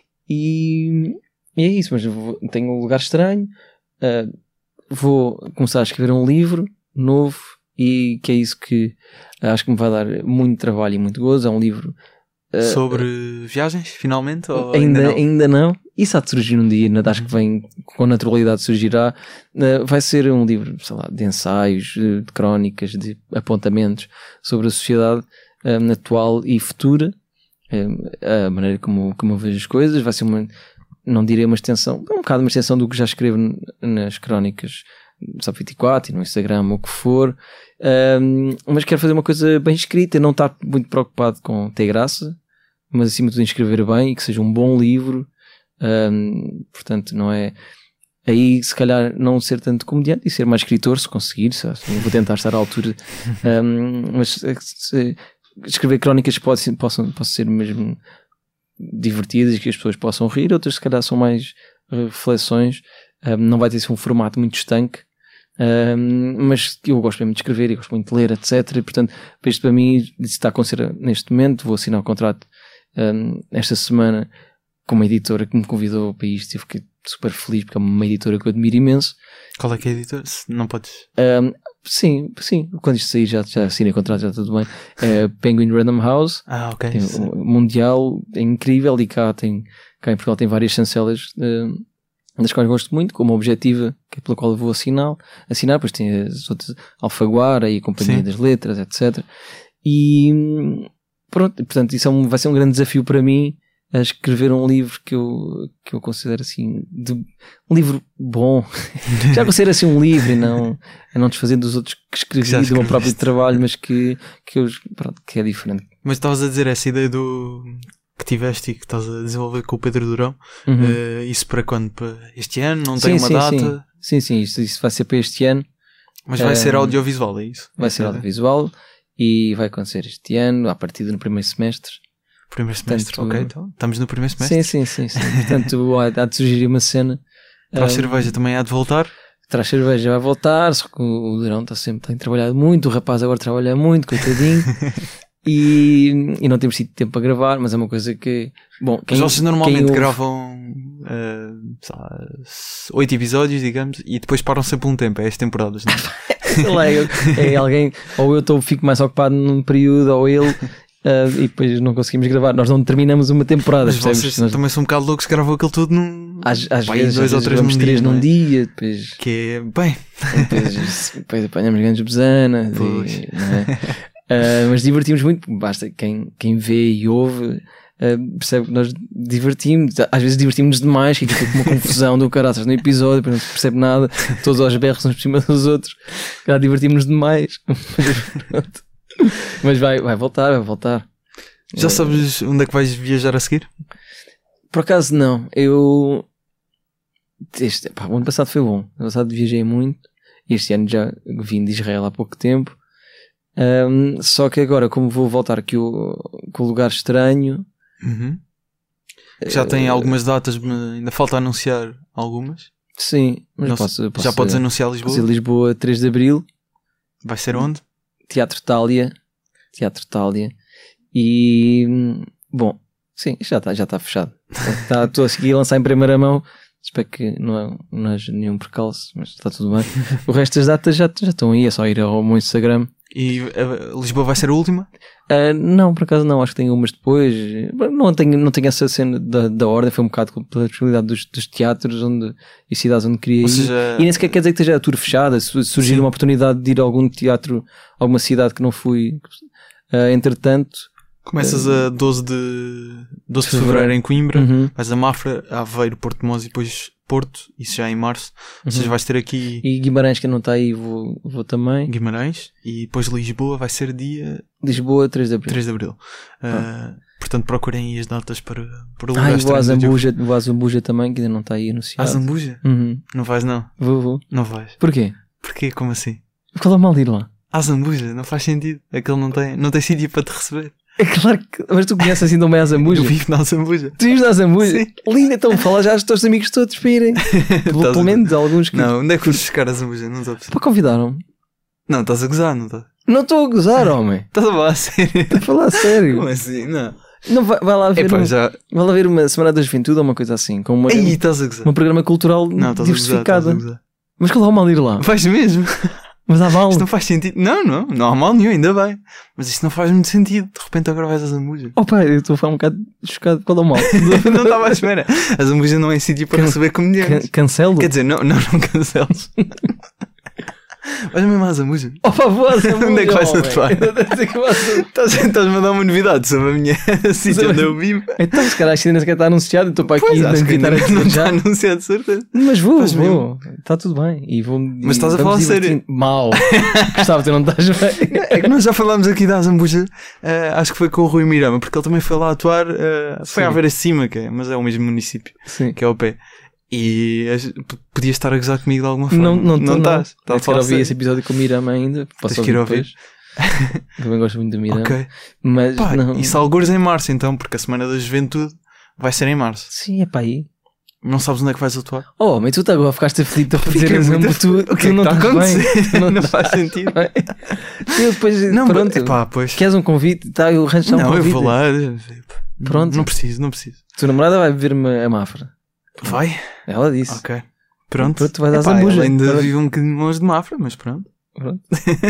E, e é isso, mas eu vou, tenho um lugar estranho. Uh, vou começar a escrever um livro novo e que é isso que acho que me vai dar muito trabalho e muito gozo. É um livro uh, Sobre viagens, finalmente? Ou ainda, ainda não? ainda não. Isso há de surgir um dia, ainda acho que vem com naturalidade surgirá. Uh, vai ser um livro, sei lá, de ensaios, de crónicas, de apontamentos sobre a sociedade um, atual e futura, um, a maneira como, como eu vejo as coisas. Vai ser uma, não direi uma extensão, um bocado uma extensão do que já escrevo n- nas crónicas do Sub vinte e quatro e no Instagram, ou o que for. Um, mas quero fazer uma coisa bem escrita, não estar muito preocupado com ter graça, mas acima de tudo em escrever bem e que seja um bom livro. Um, portanto, não é aí se calhar não ser tanto comediante e ser mais escritor, se conseguir. Se, se, vou tentar estar à altura, um, mas se, escrever crónicas que pode, possam, possam ser mesmo divertidas e que as pessoas possam rir, outras se calhar são mais reflexões. Um, não vai ter sido um formato muito estanque. Um, mas eu gosto mesmo de escrever e gosto muito de ler, etcétera. E, portanto, isto para mim isso está a acontecer neste momento. Vou assinar o contrato um, esta semana com uma editora que me convidou para isto e eu fiquei super feliz porque é uma editora que eu admiro imenso. Qual é que é a editora? Se não podes... Um, sim, sim, quando isto sair já, já assinei o contrato, já está tudo bem. É Penguin Random House. Ah, ok. Tem Sim. o Mundial, é incrível, e cá, tem, cá em Portugal tem várias chancelas uh, das quais gosto muito, como a Objetiva, que é pela qual eu vou assinar, assinar, depois tem as outras, Alfaguara e a Companhia Sim. das Letras, etcétera. E pronto, portanto, isso é um, vai ser um grande desafio para mim, a escrever um livro que eu, que eu considero assim, de, um livro bom. Já considero assim um livro e não, a não desfazer dos outros que escrevi Que já do meu escreveste. próprio trabalho, mas que, que, eu, pronto, que é diferente. Mas estavas a dizer essa ideia do... que tiveste e que estás a desenvolver com o Pedro Durão. Uhum. Uh, isso para quando? Para este ano? Não tem Sim, uma sim, data? Sim, sim, sim, isso, isso vai ser para este ano. Mas vai Um, ser audiovisual, é isso? Vai ser Essa- audiovisual e vai acontecer este ano, à partida no primeiro semestre. Primeiro semestre, Portanto, ok. Então, estamos no primeiro semestre. Sim, sim, sim, sim. Portanto, há, há de surgir uma cena. Traz um, cerveja também há de voltar. Traz cerveja, vai voltar, só que o Durão está sempre, tem trabalhado muito, o rapaz agora trabalha muito, coitadinho. e, e não temos tido tempo para gravar, mas é uma coisa que, bom, quem, Mas vocês normalmente quem ouve- gravam uh, sei lá, oito episódios, digamos, e depois param sempre um tempo. É as temporadas, não é? é, é alguém, ou eu tô, fico mais ocupado num período, ou ele, uh, e depois não conseguimos gravar. Nós não terminamos uma temporada, Mas percebes? vocês Nós, também são um bocado loucos, gravam aquilo tudo num. às, às pá, aí vezes, dois às ou vezes três vamos num três dia, num não é? dia, depois, Que é, bem, depois, depois apanhamos grandes besanas, Pois. e, não é? Uh, mas divertimos muito, basta quem, quem vê e ouve uh, percebe que nós divertimos, às vezes divertimos demais, fica tipo uma confusão do caraças no episódio, depois não se percebe nada, todos aos berros uns por cima dos outros, já divertimos demais. Pronto. Mas vai, vai voltar, vai voltar. já sabes onde é que vais viajar a seguir? Por acaso não, eu este, pá, o ano passado foi bom, o ano passado viajei muito, este ano já vim de Israel há pouco tempo. Um, só que agora, como vou voltar aqui o, com o lugar estranho, Uhum. Já tem algumas datas, mas ainda falta anunciar algumas. sim, mas Não se- posso, posso já podes anunciar Lisboa? fazer Lisboa três de Abril, Vai ser onde? Teatro Tália, Teatro Tália, e bom, sim, já está já tá fechado. Tá, estou a seguir a lançar em primeira mão. Espero que não, é, não haja nenhum percalço, mas está tudo bem. O resto das datas já, já estão aí, é só ir ao meu Instagram. E uh, Lisboa vai ser a última? Uh, não, por acaso não, acho que tenho umas depois. Não tenho, não tenho essa cena da, da ordem, foi um bocado pela possibilidade dos, dos teatros onde, e cidades onde queria ir. Ou seja- E nem sequer quer dizer que esteja a tour fechada. Se surgir Sim. uma oportunidade de ir a algum teatro, alguma cidade que não fui, uh, entretanto. Começas a doze de, doze de Fevereiro. fevereiro em Coimbra, Uhum. vais a Mafra, Aveiro, Porto de Mós e depois Porto, isso já é em março. Ou seja, Uhum. vais ter aqui E Guimarães, que não está aí, vou, vou também. Guimarães e depois Lisboa vai ser dia Lisboa, três de Abril. três de Abril. Uh, portanto, procurem aí as datas para, para o Ah, lugar e vou à estranho do Diogo. Zambuja, vou à Zambuja também, que ainda não está aí À anunciado. Zambuja? Uhum. Não vais não? Vou, vou. Não vais. Porquê? Porquê? Como assim? Qual é o mal de ir lá? À Zambuja? Não faz sentido. Aquele não tem, não tem sítio para te receber. É claro que. Mas tu conheces assim também a Zambuja? Eu vivo na Zambuja. Tu vives na Zambuja? Sim. Linda, então fala já aos teus amigos todos para irem. Pelo, Estás pelo a- menos alguns que. Não, onde é que foste buscar a Zambuja? Não estou a perceber. Para convidaram-me. Não, estás a gozar, não estás? Não estou a gozar, homem. Estás a falar a sério? Estou a falar a sério. Como assim? Não. Não, vai, vai lá ver. Epá, um, já. Vai lá ver uma Semana da Juventude ou uma coisa assim. Com uma, Ei, estás a gozar. um programa cultural Não, estás a gozar. Estás diversificado. a gozar. Mas qual é o mal de ir lá? Faz mesmo. Mas há mal. Isto não faz sentido. Não, não. Não há mal nenhum, ainda bem. Mas isto não faz muito sentido. De repente agora vais a Zambuja. Opa, eu estou a ficar um bocado chocado. Qual é o mal? Não estava à espera. A Zambuja não é sítio para Can- receber comediantes. Can- cancelo? Quer dizer, não, não, não canceles. Vais mesmo à Zambuja. Opa, vou a Zambuja, Onde é que vais homem. atuar? Estás estás-me a dar uma novidade sobre a minha sítio onde eu vivo. Então, se calhar isto ainda sequer está anunciado. Estou para aqui Pois, a acho que ainda invitar a não está desejar. anunciado, de certeza. Mas vou, Faz vou. Está tudo bem. E vou, Mas estás a vamos falar sério? divertir- Mal. Gustavo, tu não estás bem. É que nós já falámos aqui da Zambuja, eh, acho que foi com o Rui Mirama, porque ele também foi lá atuar, eh, foi Sim. à Vera Cima, que é, mas é o mesmo município, Sim. que é ao pé. E eh, p- podias estar a gozar comigo de alguma forma. Não, não, não não estás. Estás a Eu quero falar ouvir sério. esse episódio com o Mirama ainda. Posso Tens que ir ouvir ouvir. depois. Eu também gosto muito do Mirama. Ok. Mas Pá, não. e se algures em março então, porque a Semana da Juventude vai ser em março. Sim, é para aí. Não sabes onde é que vais atuar? Oh, mas tu tá agora ficaste aflito a fazer Fiquei exemplo. muito Tu, aflito. O que tu é que não está a estás bem. acontecer? Tu Não estás faz sentido. bem. Eu depois, Não, pronto. epá, pois. Queres um convite? Tá, eu arranjo já um Não, eu convite. vou lá. Pronto. Não preciso, não preciso. Tua namorada vai beber-me a Mafra. Vai? Ela disse. Ok. Pronto. Pronto, tu vais à Epá, Zambuja. ela ainda Pronto. vive um bocadinho longe de Mafra, mas pronto. Pronto.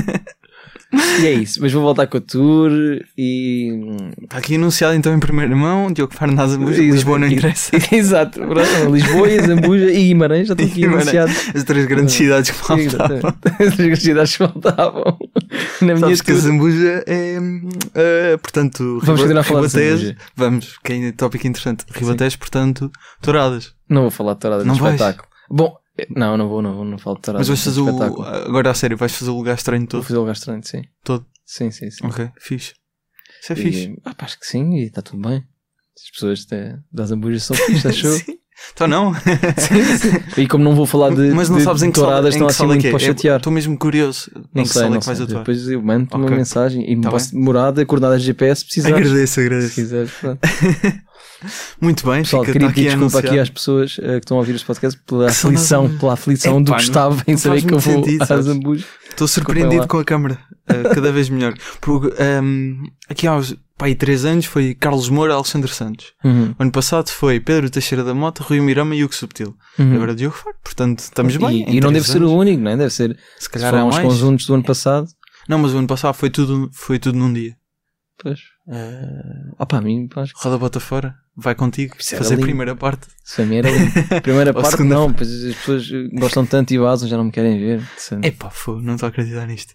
E é isso. Mas vou voltar com a tour e. Está aqui anunciado então em primeira mão, Diogo Fernandes Zambuja, Lisboa não interessa. Exato. Pronto. Lisboa, e Zambuja e Guimarães já estão aqui Guimarães. anunciados. As três grandes cidades que Sim, faltavam. exatamente. As três cidades que faltavam. Na minha Sabes que a tour. Zambuja é, eh, portanto, Vamos Riba- continuar a falar de Ribatejo- Zambuja. Vamos, que é tópico interessante. Ribatejo, portanto, touradas. Não vou falar de tourada no Não vais? espetáculo. Bom, não, não vou, não vou, não falo de tourada Mas vais no fazer o, espetáculo. agora a sério, vais fazer o lugar estranho Vou todo. fazer o lugar estranho, sim. Todo. Sim, sim, sim. Ok, fixe. Isso é E, fixe. ah, pá, acho que sim, e está tudo bem. As pessoas de, das Zambujas são fixe, achou? Sim. Então não. Sim, sim. E como não vou falar de, Mas não de sabes em que sala, touradas, em estão que assim sala é muito que é. para chatear. Estou mesmo curioso. Não em que sei, sala não é que vais sei. atuar? Depois eu mando-te uma Ok. mensagem e me Tá posso morada, coordenadas de G P S, se precisares. Agradeço, Se agradeço. quiseres, pronto. Muito bem, Pessoal, fica, queria está pedir aqui desculpa aqui anunciado. às pessoas eh, que estão a ouvir este podcast pela Que são aflição, das- pela aflição Epá, do não- Gustavo em não saber faz que eu muito vou sentido, à sabes? Zambuja. Estou Desculpem surpreendido lá. com a câmara, uh, cada vez melhor. Porque um, aqui há uns, pá, aí três anos foi Carlos Moura e Alexandre Santos. Uhum, O ano passado foi Pedro Teixeira da Mota, Rui Mirama e Hugo Subtil. uhum. E agora Diogo Faro. Portanto, estamos bem. E, em e não três deve ser anos. o único, não é? Deve ser. Se calhar Foram há os mais. conjuntos do ano passado. Não, mas o ano passado foi tudo, foi tudo num dia. Pois. Uh, opa, a mim, acho que Roda bota fora, vai contigo, Isso era fazer a lindo. primeira parte. isso a mim era lindo. Primeira Ou parte, segunda não, pois as pessoas gostam tanto e vazam, já não me querem ver. Epá, fogo, não estou a acreditar nisto.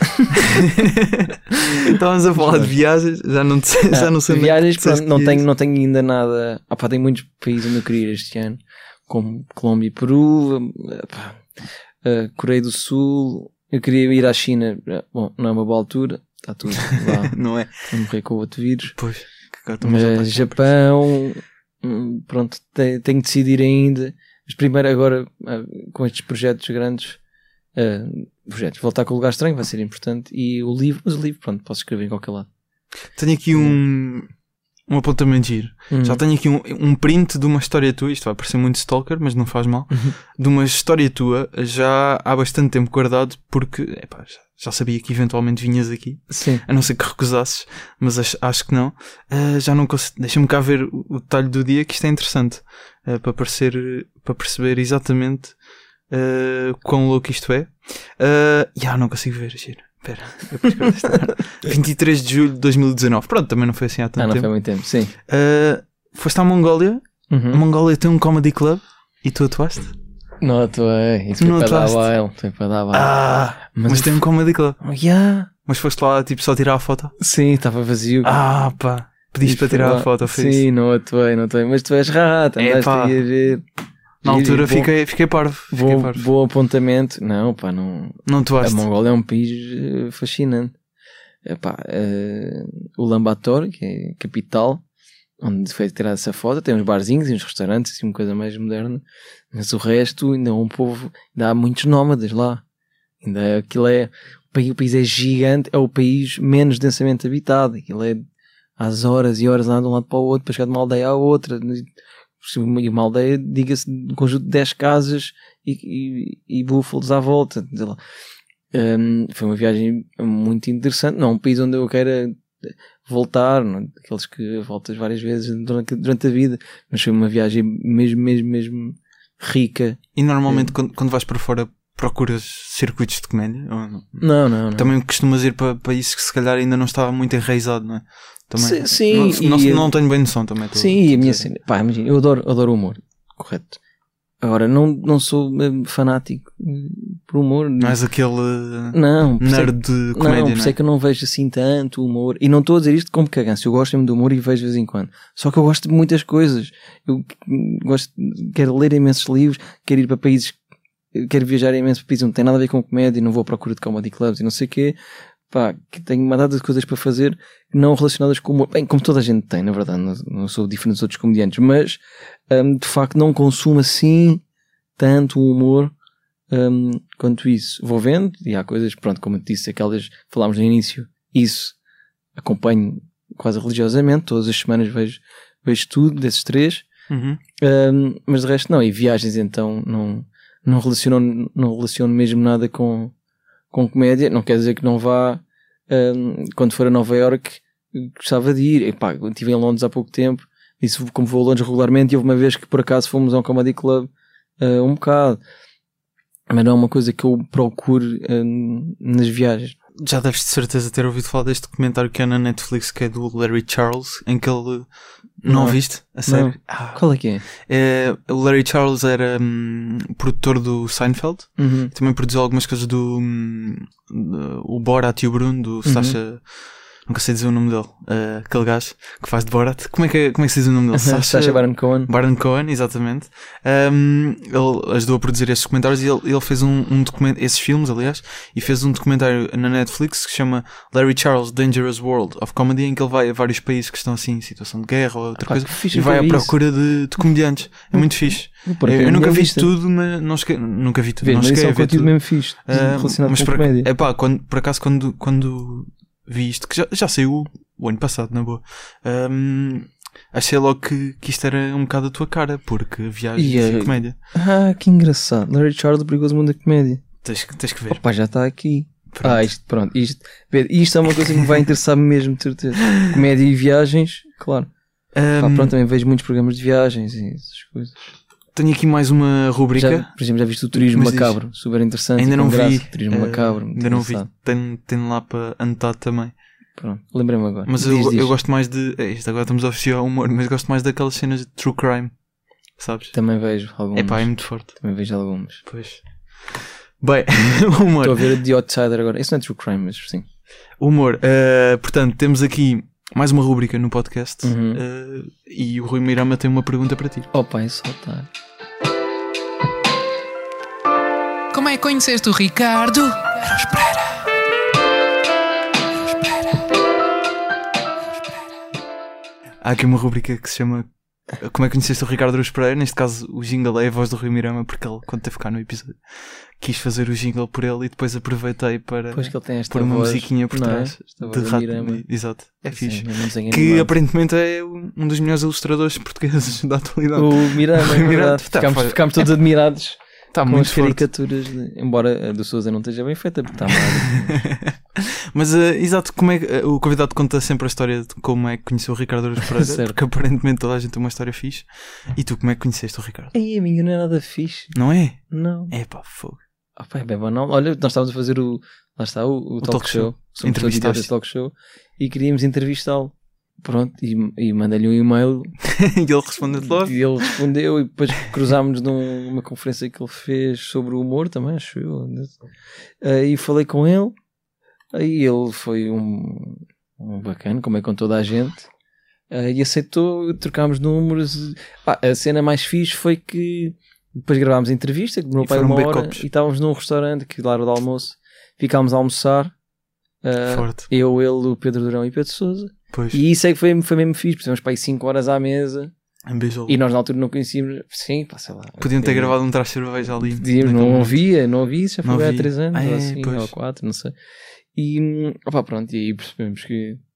Estávamos a falar de viagens, já não, te, já não sei onde é que Viagens, disseste pronto, não que tenho, ias. não tenho ainda nada. Ah, pá, tenho muitos países onde eu queria ir este ano, como Colômbia e Peru, ah, pá, ah, Coreia do Sul. Eu queria ir à China, ah, bom, não é uma boa altura, está tudo lá Não é? a morrer com o outro vírus. Pois, que agora estamos a Mas passar por Japão, hum, pronto, te- tenho de decidir ainda. Mas primeiro agora, ah, com estes projetos grandes, ah, projetos, voltar com o lugar estranho vai ser importante. E o livro, mas o livro, pronto, posso escrever em qualquer lado. isso. Tenho aqui um, um apontamento giro. Hum. Já tenho aqui um, um print de uma história tua, isto vai parecer muito stalker, mas não faz mal, Uhum. de uma história tua já há bastante tempo guardado, porque epá, já, já sabia que eventualmente vinhas aqui, Sim. a não ser que recusasses, mas acho, acho que não. Ah, já não consigo, deixa-me cá ver o, o detalhe do dia, que isto é interessante, ah, para, parecer, para perceber exatamente ah, quão louco isto é. Ah, já não consigo ver, giro. Espera, eu depois quero testar. vinte e três de julho de dois mil e dezanove. Pronto, também não foi assim há tanto Ah, não tempo. foi há muito tempo, sim. Uh, foste à Mongólia. A Uhum. Mongólia tem um comedy club e tu atuaste? Não atuei, isso foi Não para dar atuaste? baile, foi para dar baile. Ah, mas, Mas tem um comedy club. Oh, yeah. Mas foste lá tipo só tirar a foto? Sim, estava vazio. Ah, pá. Pediste E para fui tirar lá. a foto, foi Sim, isso. não atuei, não atuei. Mas tu és rato, É, andaste pá. aí a ver. Na Giro, altura bom- fiquei, fiquei parvo. Fiquei Bom, parvo. bom apontamento. Não, pá, não. Não A atuaste. Mongólia é um país eh, fascinante. Epá, eh, o Ulaanbaatar, que é a capital, onde foi tirar essa foto, tem uns barzinhos e uns restaurantes, assim, uma coisa mais moderna. Mas o resto, ainda é um povo, ainda há muitos nómadas lá. Ainda é, aquilo é, o país, o país é gigante, é o país menos densamente habitado. Aquilo é às horas e horas andar de um lado para o outro para chegar de uma aldeia à outra. E uma aldeia, diga-se, um conjunto de dez casas e, e, e búfalos à volta. Um, foi uma viagem muito interessante. Não, um país onde eu quero voltar, não, aqueles que voltas várias vezes durante, durante a vida, mas foi uma viagem mesmo, mesmo, mesmo rica. E normalmente é. quando, quando vais para fora procuras circuitos de comédia? Ou não? Não, não, não. Também costumas ir para países que se calhar ainda não estava muito enraizado, não é? Também, sim, não, sim não, e, não tenho bem noção também. Tô, sim, tô e a minha cena, pá, imagina, eu adoro, adoro humor, correto. Agora, não, não sou fanático por humor. Não és aquele não, nerd de comédia, não? Por não isso é? é que eu não vejo assim tanto humor. E não estou a dizer isto como cagança. Eu gosto mesmo de humor e vejo de vez em quando. Só que eu gosto de muitas coisas. Eu gosto, quero ler imensos livros, quero ir para países, quero viajar imenso para países onde não tem nada a ver com comédia, não vou à procura de comedy clubs e não sei o quê. Pá, que tenho uma data de coisas para fazer não relacionadas com o humor. Bem, como toda a gente tem, na verdade. Não, não sou diferente dos outros comediantes. Mas, um, de facto, não consumo assim tanto o humor um, quanto isso. Vou vendo e há coisas, pronto, como eu te disse, aquelas falámos no início, isso acompanho quase religiosamente, todas as semanas vejo, vejo tudo desses três, uhum. um, mas de resto não, e viagens então não, não, relaciono, não relaciono mesmo nada com, com comédia. Não quer dizer que não vá um, quando for a Nova Iorque gostava de ir. E, pá, estive em Londres há pouco tempo, disse como vou a Londres regularmente, e houve uma vez que por acaso fomos a um comedy club Uh, um bocado, mas não é uma coisa que eu procuro uh, nas viagens. Já deves de certeza ter ouvido falar deste documentário que é na Netflix, que é do Larry Charles, em que ele não, não viste? A sério? Ah. Qual é que é? é? O Larry Charles era um, produtor do Seinfeld, uhum. também produziu algumas coisas do, um, do o Borat e o Bruno, do uhum. Sacha. Nunca sei dizer o nome dele. Uh, aquele gajo que faz de Borat. Como é que, é, como é que se diz o nome dele? Sacha, Sacha Baron Cohen. Baron Cohen, exatamente. Um, ele ajudou a produzir estes documentários e ele, ele fez um, um documentário, esses filmes, aliás, e fez um documentário na Netflix que se chama Larry Charles Dangerous World of Comedy, em que ele vai a vários países que estão assim em situação de guerra ou outra ah, coisa e vai à procura de, de comediantes. É muito fixe. Eu, eu nunca vi vista. tudo, mas não cheguei, nunca vi tudo. Vês, não mas cheguei isso é a ver um conteúdo tudo. mesmo fixe, uh, relacionado mas com por, comédia. É pá, quando, por acaso quando, quando vi isto, que já, já saiu o ano passado, na boa, um, achei logo que, que isto era um bocado a tua cara, porque viagens e a comédia. Ah, que engraçado. Larry Charles, o perigoso mundo da comédia. Tens, tens que ver. Opa, já está aqui. Pronto. Ah, isto, pronto. Isto, isto é uma coisa que me vai interessar mesmo, de certeza. Comédia e viagens, claro. Um, Pá, pronto, também vejo muitos programas de viagens e essas coisas. Tenho aqui mais uma rubrica. Já, por exemplo, já viste o Turismo Mas Macabro? diz, super interessante. Ainda não vi. Turismo uh, Macabro. Ainda não vi. Tenho, tenho lá para anotar também. Pronto, lembrei-me agora. Mas diz, eu, diz. eu gosto mais de. É isto, agora estamos a oferecer ao humor, mas gosto mais daquelas cenas de true crime. Sabes? Também vejo algumas. É pá, é muito forte. Também vejo algumas. Pois. Bem, humor. Estou a ver a The Outsider agora. Isso não é true crime, mas sim. Humor. Uh, portanto, temos aqui mais uma rubrica no podcast. Uhum. Uh, e o Rui Mirama tem uma pergunta para ti. Opa, é só tá. Como é que conheceste o Ricardo? Não espera. Há aqui uma rubrica que se chama Como é que conheceste o Ricardo Aruz Pereira? Neste caso o jingle é a voz do Rui Mirama, porque ele, quando teve cá no episódio, quis fazer o jingle por ele e depois aproveitei para pois que ele tem esta pôr uma voz, musiquinha por trás é? de rato. Exato, é Sim, fixe. é que aparentemente é um dos melhores ilustradores portugueses da atualidade. O Mirama, é Mirama. tá, ficámos, ficámos todos admirados. Está com muito as caricaturas, de, embora a do Sousa não esteja bem feita, porque está mal. Mas, uh, exato, como é que, uh, o convidado conta sempre a história de como é que conheceu o Ricardo Aruz Pereira, porque aparentemente toda a gente tem uma história fixe. E tu, como é que conheceste o Ricardo? Ei, amigo, não é nada fixe. Não é? Não. É pá, fogo. Ah, pá, é bem banal. Olha, nós estávamos a fazer o, lá está, o, o, o talk, talk show. show. Somos todos de talk show. E queríamos entrevistá-lo. Pronto, e, e mandei-lhe um e-mail e ele respondeu-te logo. E ele respondeu, e depois cruzámos numa conferência que ele fez sobre o humor também, acho eu. Uh, e falei com ele, aí ele foi um, um bacana, como é com toda a gente, uh, e aceitou, trocámos números. Ah, a cena mais fixe foi que depois gravámos a entrevista, que demorou para uma hora, copos. E estávamos num restaurante, que lá era de almoço, ficámos a almoçar, uh, Forte. eu, ele, o Pedro Durão e o Pedro Sousa. Pois. E isso é que foi, foi mesmo fixe, tivemos para aí cinco horas à mesa um e nós na altura não conhecíamos. Sim, pá, sei lá. Podiam ter gravado um traje de cerveja ali. Podíamos, não havia, não havia, já foi há três anos, ah, ou é, assim, pois. ou quatro, não sei. E, opá, pronto, e aí percebemos que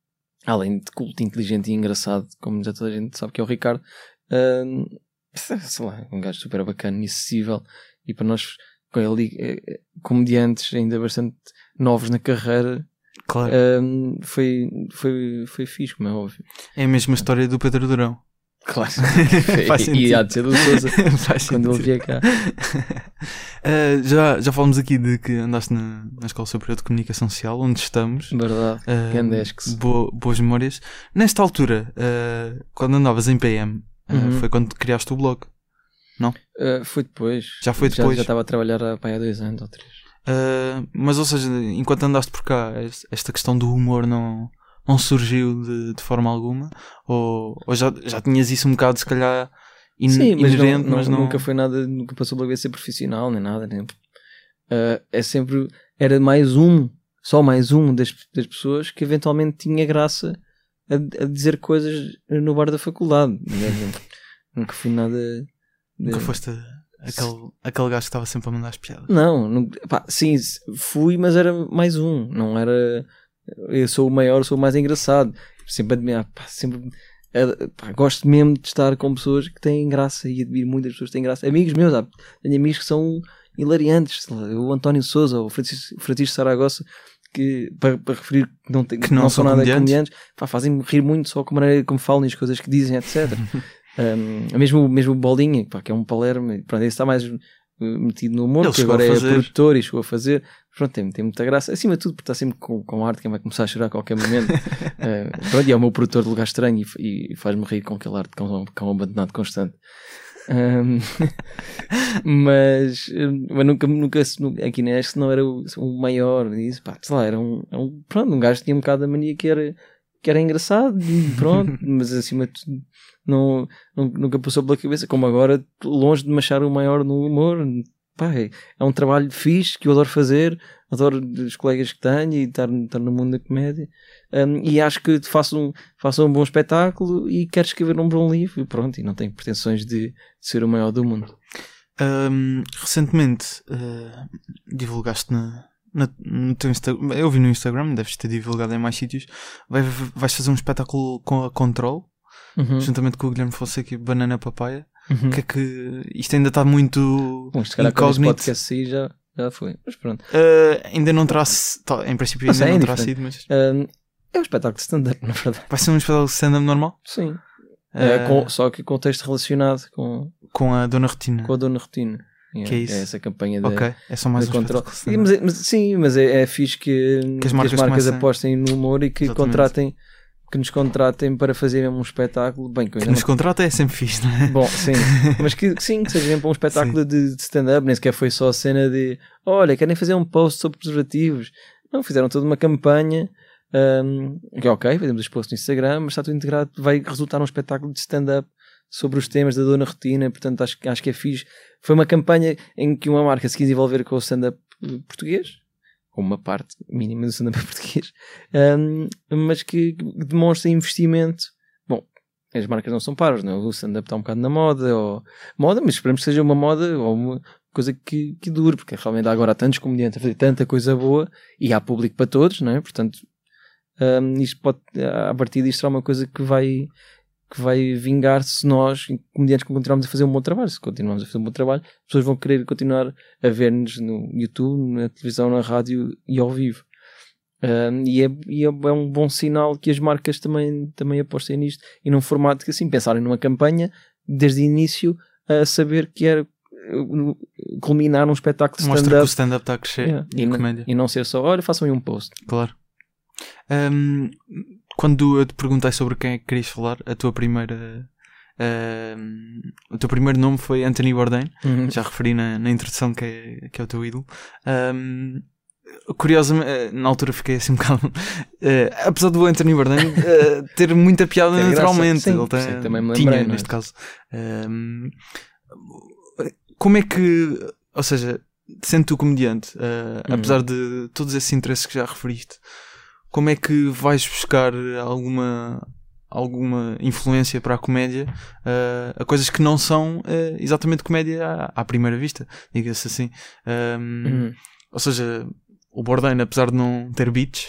além de culto, inteligente e engraçado, como já toda a gente sabe que é o Ricardo, uh, sei lá, um gajo super bacana e acessível, e para nós, com ele, eh, comediantes ainda bastante novos na carreira, Claro. uh, foi, foi, foi fixe, como é óbvio. É a mesma história do Pedro Durão. Claro. Faz e, sentido. e há de ser do Sousa Faz quando ele sentido. vier cá. Uh, já, já falamos aqui de que andaste na, na Escola Superior de Comunicação Social, onde estamos. Verdade. Uh, Gandesques. bo- boas memórias. Nesta altura, uh, quando andavas em P M, uh, Uhum. foi quando criaste o blog. Uh, foi depois. Já foi depois? Já estava a trabalhar há, pá, há dois anos ou três. Uh, mas, ou seja, enquanto andaste por cá, es- esta questão do humor não, não surgiu de, de forma alguma? Ou, ou já, já tinhas isso um bocado, se calhar, in, Sim, mas, não, inerente, não- mas não... nunca foi nada, nunca passou pela cabeça ser profissional nem nada. Nem, uh, é sempre, era mais um, só mais um das, das pessoas que eventualmente tinha graça a, a dizer coisas no bar da faculdade. Né? Nunca fui nada. de- Nunca foste aquele, aquele gajo que estava sempre a mandar as piadas. Não, não pá, sim, fui, mas era mais um, não era. Eu sou o maior, sou o mais engraçado. Sempre admiro, pá, sempre. eh, pá, gosto mesmo de estar com pessoas que têm graça e admiro muitas pessoas que têm graça. Amigos meus, há, tenho amigos que são hilariantes. Sei lá, o António Sousa, o Francisco, Francisco Saragossa, que para, para referir que não, tem, Que não são são nada comediantes. comediantes, pá, fazem-me rir muito só com a maneira como falam e as coisas que dizem, etcétera. Um, mesmo, mesmo o Bolinha, pá, que é um Palermo, pronto, esse está mais uh, metido no humor, Ele que chegou agora a é fazer. produtor e chegou a fazer. Pronto, tem, tem muita graça. Acima de tudo, porque está sempre com, com arte, quem vai começar a chorar a qualquer momento. uh, pronto, e é o meu produtor de Lugar Estranho e, e faz-me rir com aquele arte cão, cão abandonado constante. Um, mas, mas nunca, nunca aqui na Esque não era o, o maior disso, pá, sei lá, era um, era um pronto, um gajo que tinha um bocado da mania que era, que era engraçado, e pronto, mas acima de tudo não, não, nunca passou pela cabeça, como agora, longe de me achar o maior no humor. Pá, é, é um trabalho fixe que eu adoro fazer, adoro os colegas que tenho e estar, estar no mundo da comédia, um, e acho que faço um, faço um bom espetáculo e quero escrever um bom livro e pronto, e não tenho pretensões de, de ser o maior do mundo. Um, recentemente uh, divulgaste na, na, no teu Instagram, eu vi no Instagram, deves ter divulgado em mais sítios. Vai, vais fazer um espetáculo com a Control, Uhum. juntamente com o Guilherme Fonseca e Banana Papaya. Uhum. Que é que isto ainda está muito Bom, se calhar quando este incógnito. podcast sair já, já foi, mas pronto. Uh, ainda não terá, se- tá, em princípio Mas ainda é não terá diferente. sido, mas Um, é um espetáculo de stand-up, na verdade. vai ser um espetáculo de stand-up normal? Sim. Uh, É, com, só que com texto relacionado com, com a Dona Retina. com a Dona Rotina. Que é isso? essa campanha da, Ok, é só mais da um control. espetáculo de E, stand-up. mas, é- mas sim, mas é, é fixe que, que as marcas, comecem- apostem no humor e que Exatamente. contratem, que nos contratem para fazer mesmo um espetáculo. Bem, que eu Que ainda nos não- contrata é sempre fixe, não é? Bom, sim, mas que, que sim, que seja mesmo para um espetáculo de, de stand-up, nem sequer foi só a cena de olha, querem fazer um post sobre preservativos. Não, fizeram toda uma campanha, um, que é ok, fazemos os posts no Instagram, mas está tudo integrado, vai resultar num espetáculo de stand-up sobre os temas da Dona Retina, portanto acho, acho que é fixe. Foi uma campanha em que uma marca se quis envolver com o stand-up português, com uma parte mínima do stand-up português, um, mas que demonstra investimento. Bom, as marcas não são paras, não é? O stand-up está um bocado na moda, ou moda, mas esperamos que seja uma moda ou uma coisa que, que dure, porque realmente agora há tantos comediantes a fazer tanta coisa boa e há público para todos, não é? Portanto, um, isto pode, a partir disto será uma coisa que vai, que vai vingar se nós, comediantes, continuarmos a fazer um bom trabalho. Se continuarmos a fazer um bom trabalho, as pessoas vão querer continuar a ver-nos no YouTube, na televisão, na rádio e ao vivo. Um, e é, e é um bom sinal que as marcas também, também apostem nisto e num formato que assim, pensarem numa campanha desde o início a saber que era uh, culminar num espetáculo de Mostra que o stand-up. stand-up está a crescer Yeah. e, E, a não- comédia. e não ser só, olha, façam aí um post. Claro. Um, quando eu te perguntei sobre quem é que querias falar, a tua primeira. um, o teu primeiro nome foi Anthony Bourdain. Uhum. Já referi na, na introdução que é, que é o teu ídolo. Um, curiosamente, eh, na altura fiquei assim um bocado. eh, apesar do Anthony Bourdain eh, ter muita piada Ter graça, naturalmente, sim, ele por tem, isso é que também me tinha lembrei, não é? neste caso. Um, como é que. Ou seja, sendo tu comediante, eh, Uhum. apesar de todos esses interesses que já referiste, como é que vais buscar alguma, alguma influência para a comédia uh, a coisas que não são uh, exatamente comédia à, à primeira vista, diga-se assim. Um, Uhum. Ou seja, o Bourdain, apesar de não ter beats,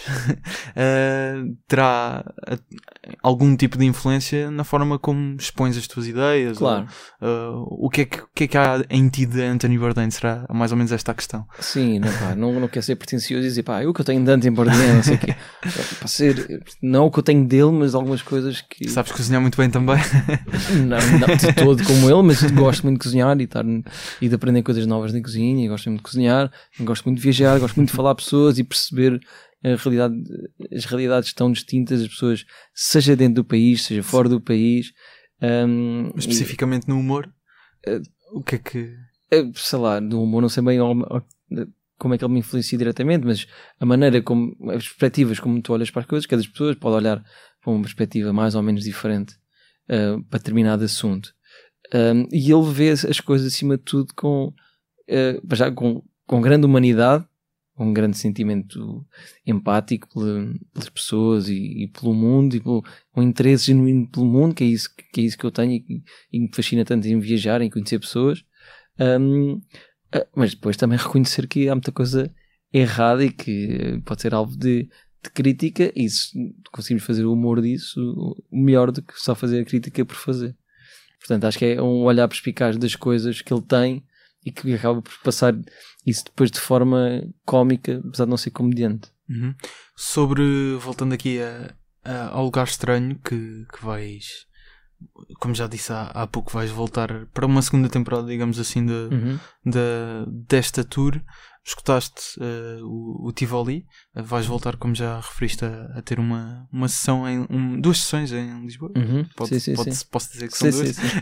uh, terá uh, algum tipo de influência na forma como expões as tuas ideias. Claro. Ou, uh, o, que é que, o que é que há em ti de Anthony Bourdain? Será mais ou menos esta a questão? Sim, não, pá, não, não quero ser pretencioso e dizer, pá, eu que eu tenho de Anthony Bourdain, não sei o quê. Para ser, não o que eu tenho dele, mas algumas coisas que... Sabes cozinhar muito bem também? Não, não de todo como ele, mas gosto muito de cozinhar e, estar, e de aprender coisas novas na cozinha, e gosto muito de cozinhar, gosto muito de viajar, gosto muito de falar a pessoas e perceber a realidade, as realidades tão distintas das pessoas, seja dentro do país, seja fora do país. Um, Especificamente e, no humor, uh, o que é que... Sei lá, do humor não sei bem como é que ele me influencia diretamente, mas a maneira como, as perspectivas como tu olhas para as coisas, cada pessoa pode olhar para uma perspectiva mais ou menos diferente uh, para determinado assunto. Um, e ele vê as coisas acima de tudo com, uh, já com, com grande humanidade, com um grande sentimento empático pela, pelas pessoas e, e pelo mundo, e pelo, um interesse genuíno pelo mundo, que é isso que, é isso que eu tenho e, e me fascina tanto em viajar, em conhecer pessoas. Um, uh, mas depois também reconhecer que há muita coisa errada e que pode ser alvo de, de crítica, e se conseguimos fazer o humor disso, melhor do que só fazer a crítica por fazer. Portanto, acho que é um olhar perspicaz das coisas que ele tem e que acaba por passar isso depois de forma cómica, apesar de não ser comediante. Uhum. Sobre, voltando aqui a, a, ao Lugar Estranho, que, que vais, como já disse há, há pouco, vais voltar para uma segunda temporada, digamos assim, de, Uhum. de, desta tour. Escutaste uh, o, o Tivoli, uh, vais voltar, como já referiste, a, a ter uma, uma sessão, em, um, duas sessões em Lisboa. Uhum. Pode, Sim, sim, pode, sim. Posso dizer que Sim, são duas? sim, sim.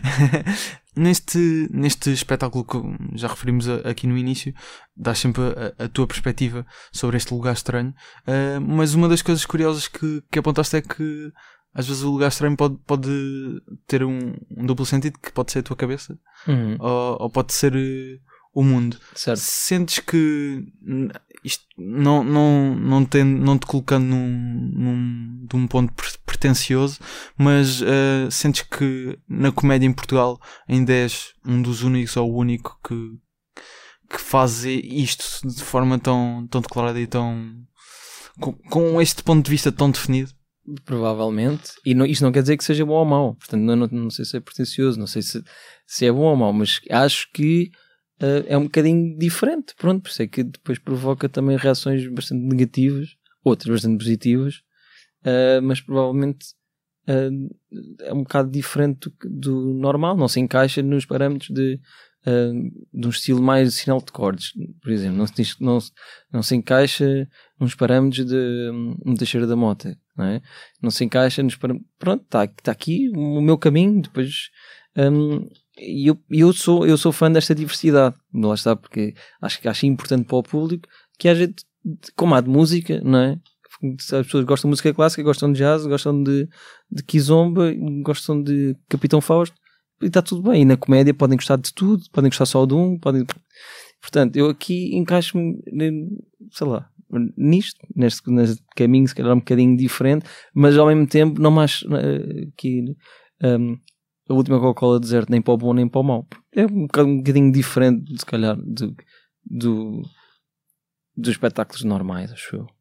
neste, neste espetáculo que já referimos a, aqui no início, dás sempre a, a tua perspectiva sobre este lugar estranho, uh, mas uma das coisas curiosas que, que apontaste é que às vezes o lugar estranho pode, pode ter um, um duplo sentido, que pode ser a tua cabeça, Uhum. ou, ou pode ser uh, o mundo. Certo. Sentes que isto não, não, não, tem, não te colocando num, num, de um ponto pretencioso, mas uh, sentes que na comédia em Portugal ainda és um dos únicos ou o único que, que faz isto de forma tão, tão declarada e tão com, com este ponto de vista tão definido? Provavelmente, e não, isto não quer dizer que seja bom ou mau, portanto não, não, não sei se é pretencioso, não sei se, se é bom ou mau, mas acho que uh, é um bocadinho diferente, pronto, por isso é que depois provoca também reações bastante negativas, outras bastante positivas, uh, mas provavelmente uh, é um bocado diferente do, do normal, não se encaixa nos parâmetros de, uh, de um estilo mais sinal de cordes, por exemplo, não se, não, não se encaixa nos parâmetros de um, Teixeira da Mota. Não, é? Não se encaixa nos parâmetros. Pronto, está tá aqui o meu caminho. Depois, um, eu, eu, sou, eu sou fã desta diversidade. Lá está, porque acho que acho importante para o público que haja, como há de música, não é? As pessoas gostam de música clássica, gostam de jazz, gostam de, de kizomba, gostam de Capitão Fausto, e está tudo bem. E na comédia podem gostar de tudo, podem gostar só de um, podem... Portanto, eu aqui encaixo-me, sei lá, nisto, neste, neste caminho, se calhar um bocadinho diferente, mas ao mesmo tempo não mais uh, que um, a última Coca-Cola deserto, nem para o bom nem para o mau. É um bocadinho, um bocadinho diferente, se calhar, do, do, dos espetáculos normais, acho eu.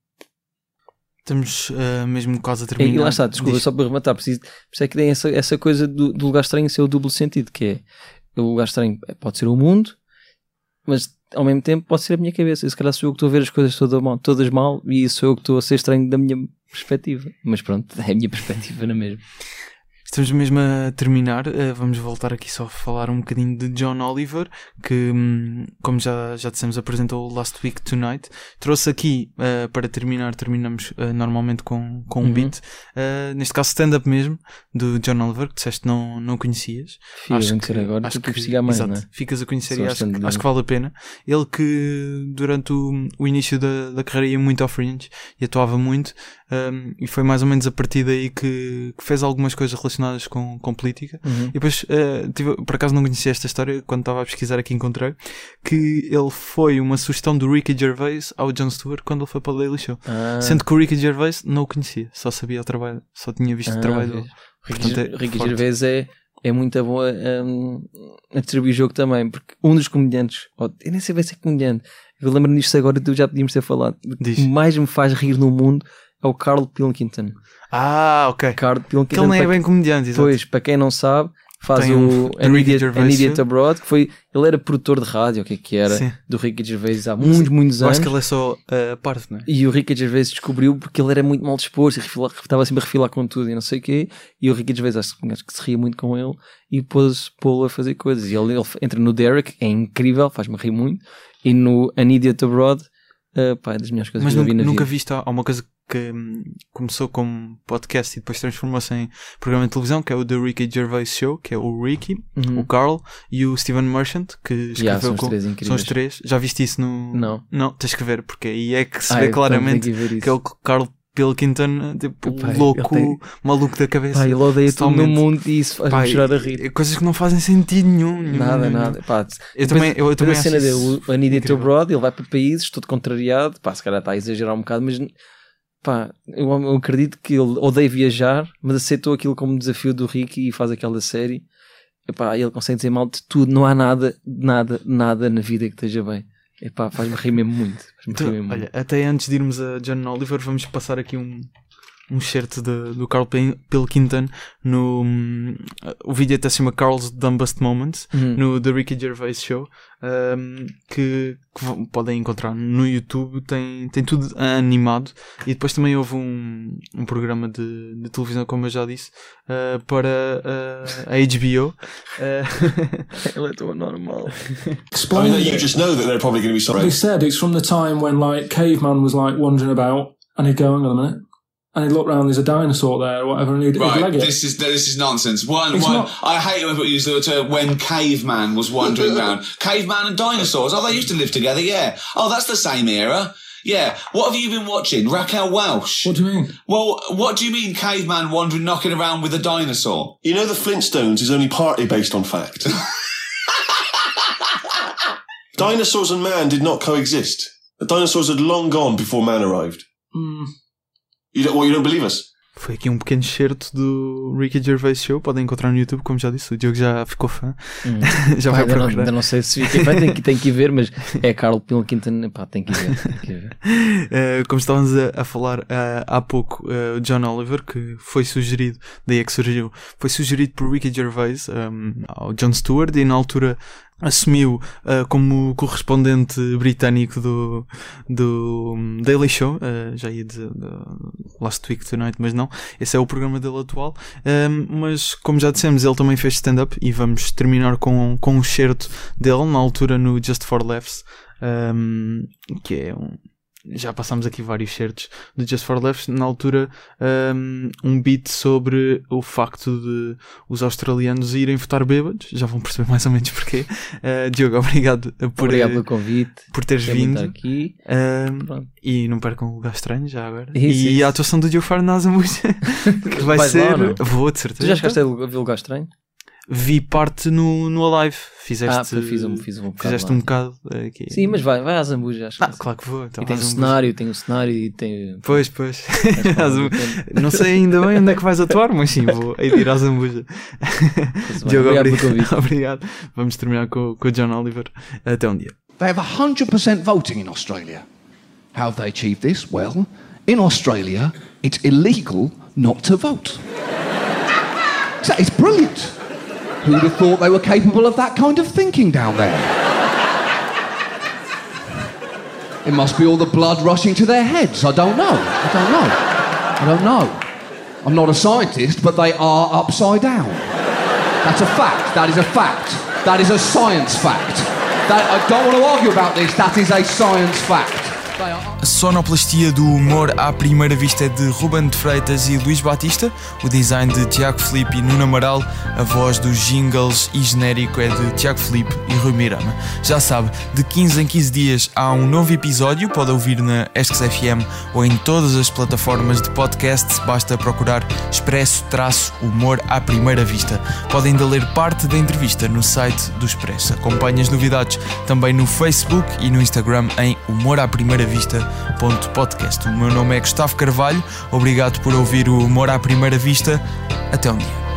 Estamos uh, mesmo quase a terminar. E lá está, desculpa, Diz. só para rematar, preciso, preciso é que tem essa, essa coisa do, do lugar estranho ser o duplo sentido, que é o lugar estranho pode ser o mundo, mas ao mesmo tempo pode ser a minha cabeça. E se calhar sou eu que estou a ver as coisas todas mal, todas mal e sou eu que estou a ser estranho da minha perspectiva. Mas pronto, é a minha perspectiva na mesma. Estamos mesmo a terminar, uh, vamos voltar aqui só a falar um bocadinho de John Oliver, que, um, como já, já dissemos, apresentou Last Week Tonight. Trouxe aqui, uh, para terminar, terminamos uh, normalmente com, com um uhum. beat, uh, neste caso stand-up mesmo, do John Oliver, que disseste não, não conhecias. Fico acho a conhecer que, agora, acho que investigar mais, exato, não é? Ficas a conhecer e acho, acho que vale a pena. Ele que durante o, o início da, da carreira ia muito ao Fringe e atuava muito, um, e foi mais ou menos a partir daí que, que fez algumas coisas relacionadas com, com política. Uhum. E depois, uh, tive, por acaso não conhecia esta história, quando estava a pesquisar aqui encontrei, que ele foi uma sugestão do Ricky Gervais ao Jon Stewart quando ele foi para o Daily Show. Ah. Sendo que o Ricky Gervais não o conhecia, só sabia o trabalho, só tinha visto ah, o trabalho dele. Ricky, é Ricky Gervais é, é muito boa um, a distribuir jogo também, porque um dos comediantes, eu nem sei bem se é comediante, Eu lembro-me disto agora e tu já podíamos ter falado. O que mais me faz rir no mundo é o Carl Pilkington. Ah, ok. Carl Pilkington. Que ele não é bem comediante, exato. Pois, para quem não sabe, faz Tem o um- An do Ricky Idiot, Gervais An Idiot Show. Abroad, que foi, ele era produtor de rádio, o que é que era, Sim. do Ricky Gervais há muitos, muitos Eu anos. acho que ele é só a parte, não é? E o Ricky Gervais descobriu porque ele era muito mal disposto e refila- estava sempre a refilar com tudo e não sei o quê. E o Ricky Gervais acho, acho que se ria muito com ele e pôs pô-lo a fazer coisas. E ele, ele entra no Derek, é incrível, faz-me rir muito. E no An Idiot Abroad, uh, pá, é das melhores coisas Mas que eu já nunca, vi na nunca vida. viste há há uma coisa que hum, começou como podcast e depois transformou-se em programa de televisão, que é o The Ricky Gervais Show, que é o Ricky, Uhum. o Carl e o Steven Merchant, que escreveu Yeah, são os com... três São incríveis. os três. Já viste isso no... Não. Não, tens que ver, porque aí é que se Ah, vê então claramente tenho que ver isso. que é o Carl Pilkington, tipo, Pá, louco, ele tem- maluco da cabeça. Pá, ele odeia tudo no Totalmente. mundo e isso faz-me Pá, chorar a rir. e- Coisas que não fazem sentido nenhum. nenhum, Nada, nenhum. nada. Pá, Eu depois- também, eu, eu depois também a acho cena dele, isso o An Idiot incrível. Abroad, ele vai para países todo contrariado, pá, se calhar está a exagerar um bocado, mas pá, eu, eu acredito que ele odeia viajar, mas aceitou aquilo como desafio do Ricky e faz aquela série. Epá, ele consegue dizer mal de tudo, não há nada, nada, nada na vida que esteja bem. Epá, faz-me rir mesmo muito. Faz-me Então, rir mesmo olha, muito. até antes de irmos a John Oliver, vamos passar aqui um, um certo de, do Carl Pil- Pilkington no hum, o vídeo até se chama Carl's Dumbest Moments, Uhum. no The Ricky Gervais Show, hum, que, que vão- podem encontrar no YouTube, tem, tem tudo animado, e depois também houve um, um programa de, de televisão, como eu já disse, uh, para uh, a H B O. Uh, Ele é tão anormal. I mean, Explain you it. just know that they're probably going to be sorry. They said it's from the time when like caveman was like wandering about and he'd go, hang on a minute, and he'd look round, there's a dinosaur there or whatever, and he'd, he'd Right, leg it. this is this is nonsense. One, It's one. not- I hate when people use the term when caveman was wandering around. Caveman and dinosaurs. Oh, they used to live together. Yeah. Oh, that's the same era. Yeah. What have you been watching? Raquel Welch. What do you mean? Well, what do you mean caveman wandering, knocking around with a dinosaur? You know, the Flintstones is only partly based on fact. Dinosaurs and man did not coexist. The dinosaurs had long gone before man arrived. Mm. You don't, what, you don't believe us? Foi aqui um pequeno excerto do Ricky Gervais Show, podem encontrar no YouTube, como já disse, o Diogo já ficou fã, Hum. já Pá, vai ainda, não, procurar. ainda não sei se fica bem, tem que, tem que ir ver, mas é Carl Pilkington, pá, tem que ir ver. Tem que ir ver. Uh, como estávamos a, a falar uh, há pouco, uh, o John Oliver, que foi sugerido, daí é que surgiu, foi sugerido por Ricky Gervais um, ao Jon Stewart, e na altura assumiu uh, como correspondente britânico do, do um, Daily Show, uh, já ia dizer do Last Week Tonight, mas não, esse é o programa dele atual. Um, mas como já dissemos, ele também fez stand-up, e vamos terminar com, com um excerto dele na altura no Just for Laughs, um, que é um já passámos aqui vários certos do Just for Laughs, na altura um, um beat sobre o facto de os australianos irem votar bêbados, já vão perceber mais ou menos porquê. Uh, Diogo, obrigado por, Obrigado pelo convite. por teres Gostei muito de vindo. estar aqui. Um, Pronto. e não percam o Lugar Estranho já agora. Isso, e isso. a atuação do Diogo Faro na Azambuja, que vai Vais lá ser. ou não? Vou, de certeza. Tu já chegaste a ver o Lugar Estranho? Vi parte no, no Alive. Fizeste, Ah, fiz um, fiz um bocado fizeste lá. um bocado aqui. Sim, mas vai, vai à Zambuja, acho que Ah, claro que vou. Então, E tem o Azambuja. cenário, tem o cenário e tem. Pois, pois. Vais Azam- falar Não sei ainda bem onde é que vais atuar, mas sim, vou hei de ir à Zambuja. bem. Diogo, Obrigado pelo obrigado. convite. Obrigado. Vamos terminar com, com o John Oliver. Até um dia. They have one hundred percent voting in Australia. How have they achieved this? Well, in Australia, it's illegal not to vote. So it's brilliant. Who'd have thought they were capable of that kind of thinking down there? It must be all the blood rushing to their heads. I don't know. I don't know. I don't know. I'm not a scientist, but they are upside down. That's a fact. That is a fact. That is a science fact. That, I don't want to argue about this. That is a science fact. They are... A sonoplastia do humor à primeira vista é de Ruben de Freitas e Luís Batista, o design de Tiago Filipe e Nuno Amaral, a voz dos jingles e genérico é de Tiago Filipe e Rui Mirama. Já sabe, de quinze em quinze dias há um novo episódio, pode ouvir na Esques F M ou em todas as plataformas de podcast, basta procurar Expresso-Humor à Primeira Vista. Pode ainda ler parte da entrevista no site do Expresso. Acompanhe as novidades também no Facebook e no Instagram em Humor à Primeira Vista ponto podcast. O meu nome é Gustavo Carvalho, obrigado por ouvir o Humor à Primeira Vista. Até um dia.